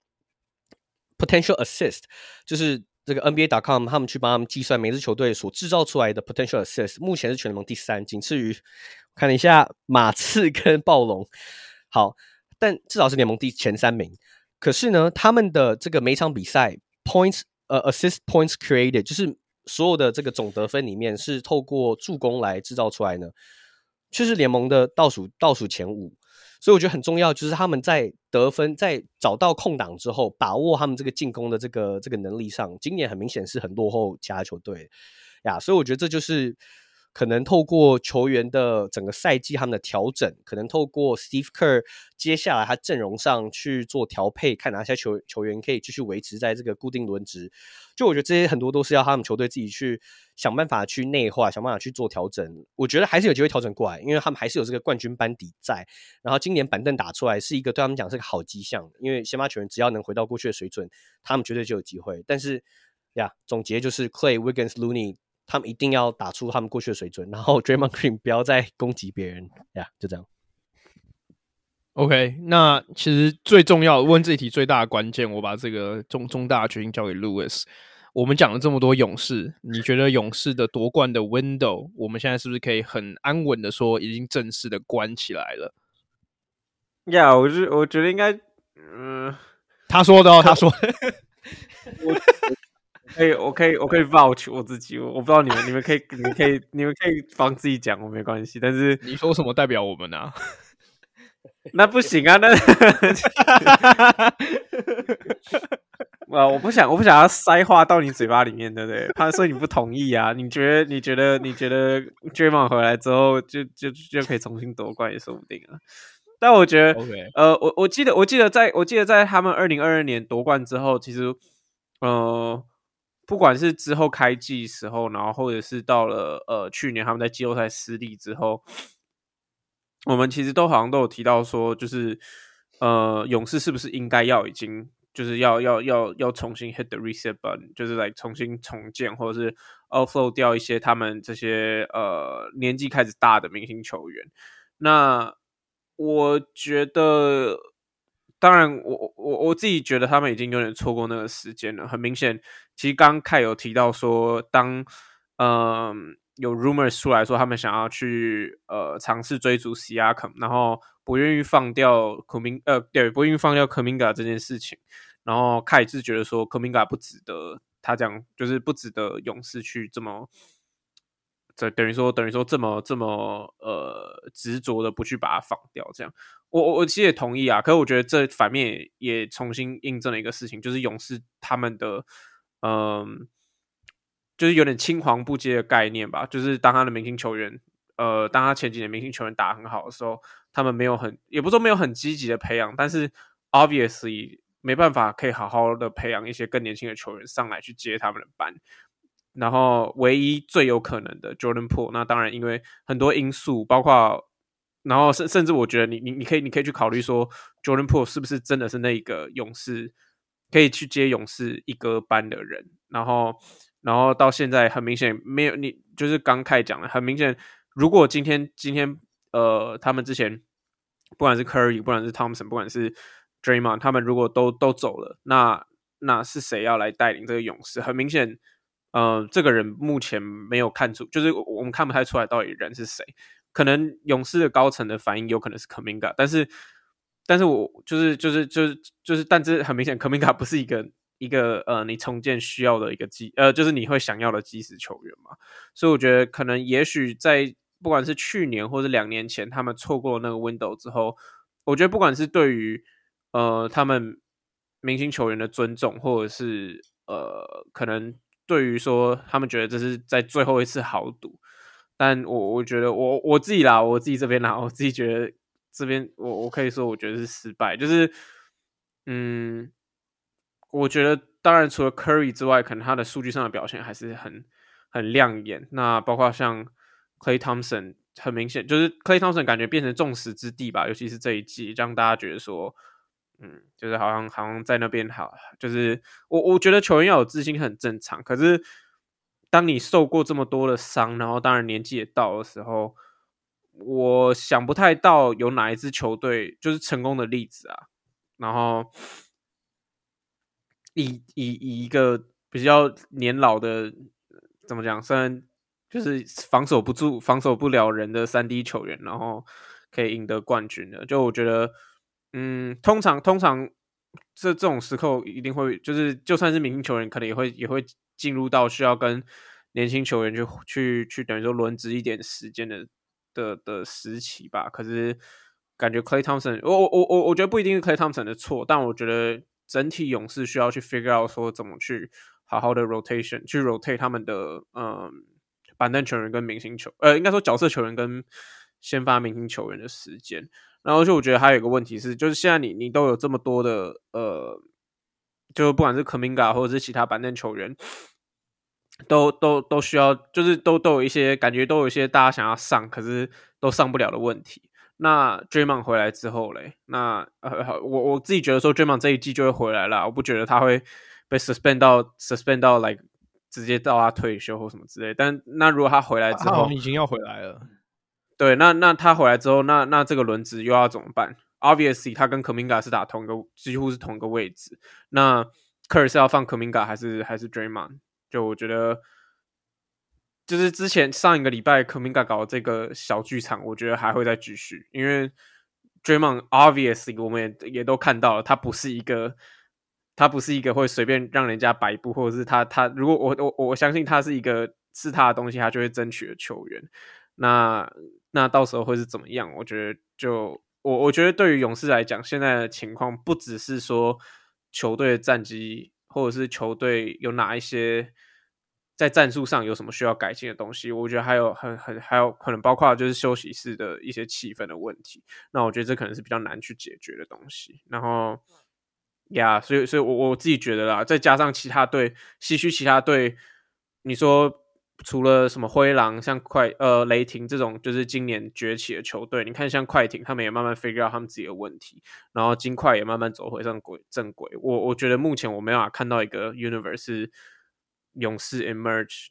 potential assist 就是这个 N B A 点 com 他们去帮他们计算每支球队所制造出来的 potential assist， 目前是全联盟第三，仅次于看了一下马刺跟暴龙，好，但至少是联盟第前三名。可是呢，他们的这个每场比赛 points 呃 assist points created 就是所有的这个总得分里面是透过助攻来制造出来呢，却是联盟的倒数倒数前五。所以我觉得很重要，就是他们在得分，在找到空档之后，把握他们这个进攻的这个这个能力上，今年很明显是很落后其他球队呀。所以我觉得这就是可能透过球员的整个赛季他们的调整，可能透过 Steve Kerr 接下来他阵容上去做调配，看哪些球球员可以继续维持在这个固定轮值。就我觉得这些很多都是要他们球队自己去想办法去内化，想办法去做调整。我觉得还是有机会调整过来，因为他们还是有这个冠军班底在。然后今年板凳打出来是一个对他们讲是个好迹象，因为先发球员只要能回到过去的水准，他们绝对就有机会。但是呀，总结就是 Clay、Wiggins、Looney 他们一定要打出他们过去的水准，然后 Draymond Green 不要再攻击别人呀，就这样。 OK， 那其实最重要问这一题最大的关键，我把这个重重大的决定交给 Lewis。我们讲了这么多勇士，你觉得勇士的夺冠的 window， 我们现在是不是可以很安稳的说，已经正式的关起来了？ 呀、yeah, 我觉我觉得应该，嗯、呃， 他说的哦，他说的， 我可以，我可以，我可以 vouch 我自己，我不知道你们，你们可以，你们可以，你们可以帮自己讲，我没关系。但是你说什么代表我们啊？ 那不行啊，那啊，我不想，我不想要塞话到你嘴巴里面，对不对？怕说你不同意啊？你觉得，你觉得，你觉得 Draymond 回来之后就就就可以重新夺冠也说不定啊。但我觉得 ，OK， 呃，我我记得，我记得在，我记得在他们二零二二年夺冠之后，其实呃，不管是之后开季时候，然后或者是到了呃去年他们在季后赛失利之后。我们其实都好像都有提到说，就是呃，勇士是不是应该要已经就是要要要要重新 hit the reset button， 就是来重新重建，或者是 outflow 掉一些他们这些呃年纪开始大的明星球员。那我觉得，当然我我我自己觉得他们已经有点错过那个时间了。很明显，其实刚凯有提到说，当嗯。呃有 rumors 出来说他们想要去呃尝试追逐 Siakam， 然后不愿意放掉 Kuminga， 呃对，不愿意放掉 Kuminga 这件事情，然后凯是觉得说 Kuminga 不值得他这样，就是不值得勇士去这么，这等于说等于说这么这么呃执着的不去把它放掉，这样我我我其实也同意啊，可是我觉得这反面 也, 也重新印证了一个事情，就是勇士他们的嗯。呃就是有点青黄不接的概念吧，就是当他的明星球员，呃，当他前几年明星球员打很好的时候，他们没有很，也不说没有很积极的培养，但是 obviously 没办法可以好好的培养一些更年轻的球员上来去接他们的班。然后唯一最有可能的 Jordan Poole， 那当然因为很多因素，包括，然后甚甚至我觉得你你你可以你可以去考虑说 Jordan Poole 是不是真的是那个勇士可以去接勇士一哥班的人，然后。然后到现在很明显没有你，就是刚开讲的，很明显，如果今天今天呃他们之前不管是 Curry， 不管是 Thompson， 不管是 Draymond， 他们如果都都走了，那那是谁要来带领这个勇士？很明显，呃，这个人目前没有看出，就是我们看不太出来到底人是谁。可能勇士的高层的反应有可能是 Kuminga， 但是但是我就是就是就是就是，但是很明显 Kuminga 不是一个。一个呃，你重建需要的一个基呃，就是你会想要的基石球员嘛，所以我觉得可能也许在不管是去年或者两年前，他们错过那个 window 之后，我觉得不管是对于呃他们明星球员的尊重，或者是呃可能对于说他们觉得这是在最后一次豪赌，但我我觉得我我自己啦，我自己这边啦，我自己觉得这边我我可以说我觉得是失败，就是嗯。我觉得，当然除了 Curry 之外，可能他的数据上的表现还是很很亮眼。那包括像 Klay Thompson， 很明显就是 Klay Thompson 感觉变成众矢之的吧，尤其是这一季，让大家觉得说，嗯，就是好像好像在那边好，就是我我觉得球员要有自信很正常。可是当你受过这么多的伤，然后当然年纪也到的时候，我想不太到有哪一支球队就是成功的例子啊。然后。以以以一个比较年老的怎么讲，虽然就是防守不住、防守不了人的三 D 球员，然后可以赢得冠军的，就我觉得，嗯，通常通常这这种时刻一定会，就是就算是明星球员，可能也会也会进入到需要跟年轻球员去去去等于说轮值一点时间的的的时期吧。可是感觉 Klay Thompson， 我我我我觉得不一定是 Klay Thompson 的错，但我觉得整体勇士需要去 figure out 说怎么去好好的 rotation， 去 rotate 他们的嗯板凳球员跟明星球，呃，应该说角色球员跟先发明星球员的时间。然后就我觉得还有一个问题是，就是现在你你都有这么多的呃，就不管是 Kuminga 或者是其他板凳球员，都都都需要，就是都都有一些感觉，都有一些大家想要上，可是都上不了的问题。那 Draymond 回来之后嘞，那呃，我我自己觉得说 Draymond 这一季就会回来啦，我不觉得他会被 suspend 到 suspend 到 like 直接到他退休或什么之类。但那如果他回来之后， 他好像已经要回来了。 对，那那他回来之后，那那这个轮值又要怎么办 ？Obviously， 他跟 Kuminga 是打同一个，几乎是同一个位置。那 Kerr 是要放 Kuminga 还是还是 Draymond？ 就我觉得。就是之前上一个礼拜 Kuminga 搞的这个小剧场，我觉得还会再继续，因为 Draymond obviously 我们也也都看到了，他不是一个他不是一个会随便让人家摆布，或者是他他如果我我我相信他是一个是他的东西，他就会争取的球员。那那到时候会是怎么样？我觉得就我我觉得对于勇士来讲，现在的情况不只是说球队的战绩，或者是球队有哪一些。在战术上有什么需要改进的东西？我觉得还有很很还有可能包括就是休息室的一些气氛的问题。那我觉得这可能是比较难去解决的东西。然后，呀，所以所以我我自己觉得啦，再加上其他队西区其他队，你说除了什么灰狼、像快呃雷霆这种就是今年崛起的球队，你看像快艇，他们也慢慢 figure out 他们自己的问题，然后金块也慢慢走回上轨正轨。我我觉得目前我没办法看到一个 universe 是。勇士 emerge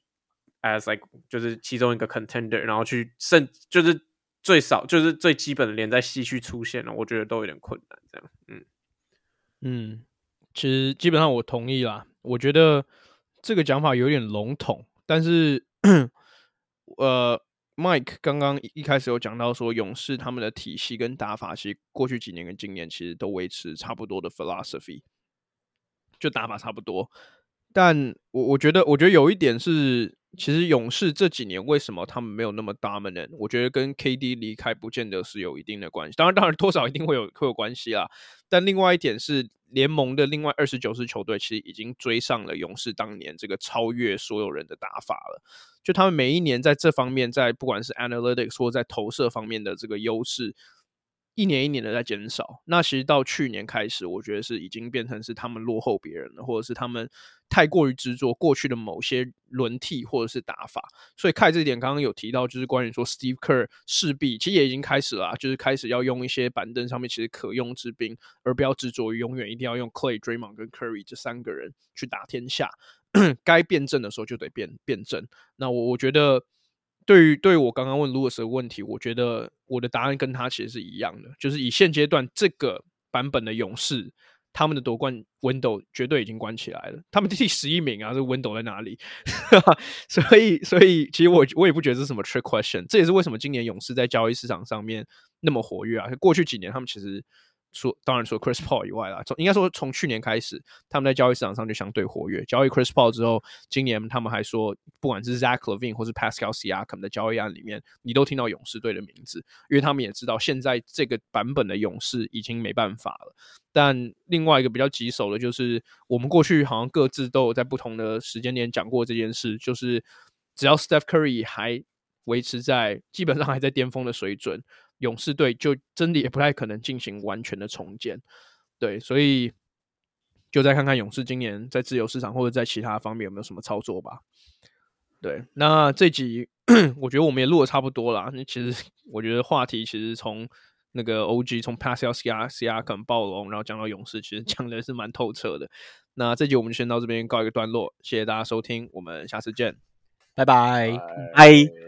as like 就是其中一个 contender， 然后去甚就是最少就是最基本的连在西区出现了，我觉得都有点困难。这样，嗯嗯，其实基本上我同意啦。我觉得这个讲法有点笼统，但是呃 ，Mike 刚刚一开始有讲到说，勇士他们的体系跟打法，其实过去几年跟今年其实都维持差不多的 philosophy， 就打法差不多。但我我觉得，我觉得有一点是，其实勇士这几年为什么他们没有那么 dominant？ 我觉得跟 K D 离开不见得是有一定的关系。当然，当然多少一定会有会有关系啦。但另外一点是，联盟的另外二十九支球队其实已经追上了勇士当年这个超越所有人的打法了。就他们每一年在这方面，在不管是 analytics 或在投射方面的这个优势。一年一年的在减少，那其实到去年开始，我觉得是已经变成是他们落后别人了，或者是他们太过于执着过去的某些轮替或者是打法。所以看这点，刚刚有提到，就是关于说 Steve Kerr 势必其实也已经开始了、啊，就是开始要用一些板凳上面其实可用之兵，而不要执着于永远一定要用 Clay、Draymond 跟 Curry 这三个人去打天下。该辩证的时候就得辩辩证。那我我觉得。对于对于我刚刚问 Lewis 的问题，我觉得我的答案跟他其实是一样的，就是以现阶段这个版本的勇士，他们的夺冠 window 绝对已经关起来了。他们第十一名啊，这 window 在哪里？所以，所以其实我我也不觉得这是什么 trick question。这也是为什么今年勇士在交易市场上面那么活跃啊。过去几年他们其实。说当然除了 Chris Paul 以外啦，应该说从去年开始，他们在交易市场上就相对活跃。交易 Chris Paul 之后，今年他们还说，不管是 Zach LaVine 或是 Pascal Siakam 的交易案里面，你都听到勇士队的名字，因为他们也知道现在这个版本的勇士已经没办法了。但另外一个比较棘手的就是，我们过去好像各自都有在不同的时间点讲过这件事，就是只要 Steph Curry 还维持在基本上还在巅峰的水准。勇士队就真的也不太可能进行完全的重建，对，所以就再看看勇士今年在自由市场或者在其他方面有没有什么操作吧。对，那这集我觉得我们也录的差不多啦。其实我觉得话题其实从那个 O G 从 Pascal Siakam 暴龙，然后讲到勇士，其实讲的是蛮透彻的。那这集我们就先到这边告一个段落，谢谢大家收听，我们下次见， 拜拜， 拜。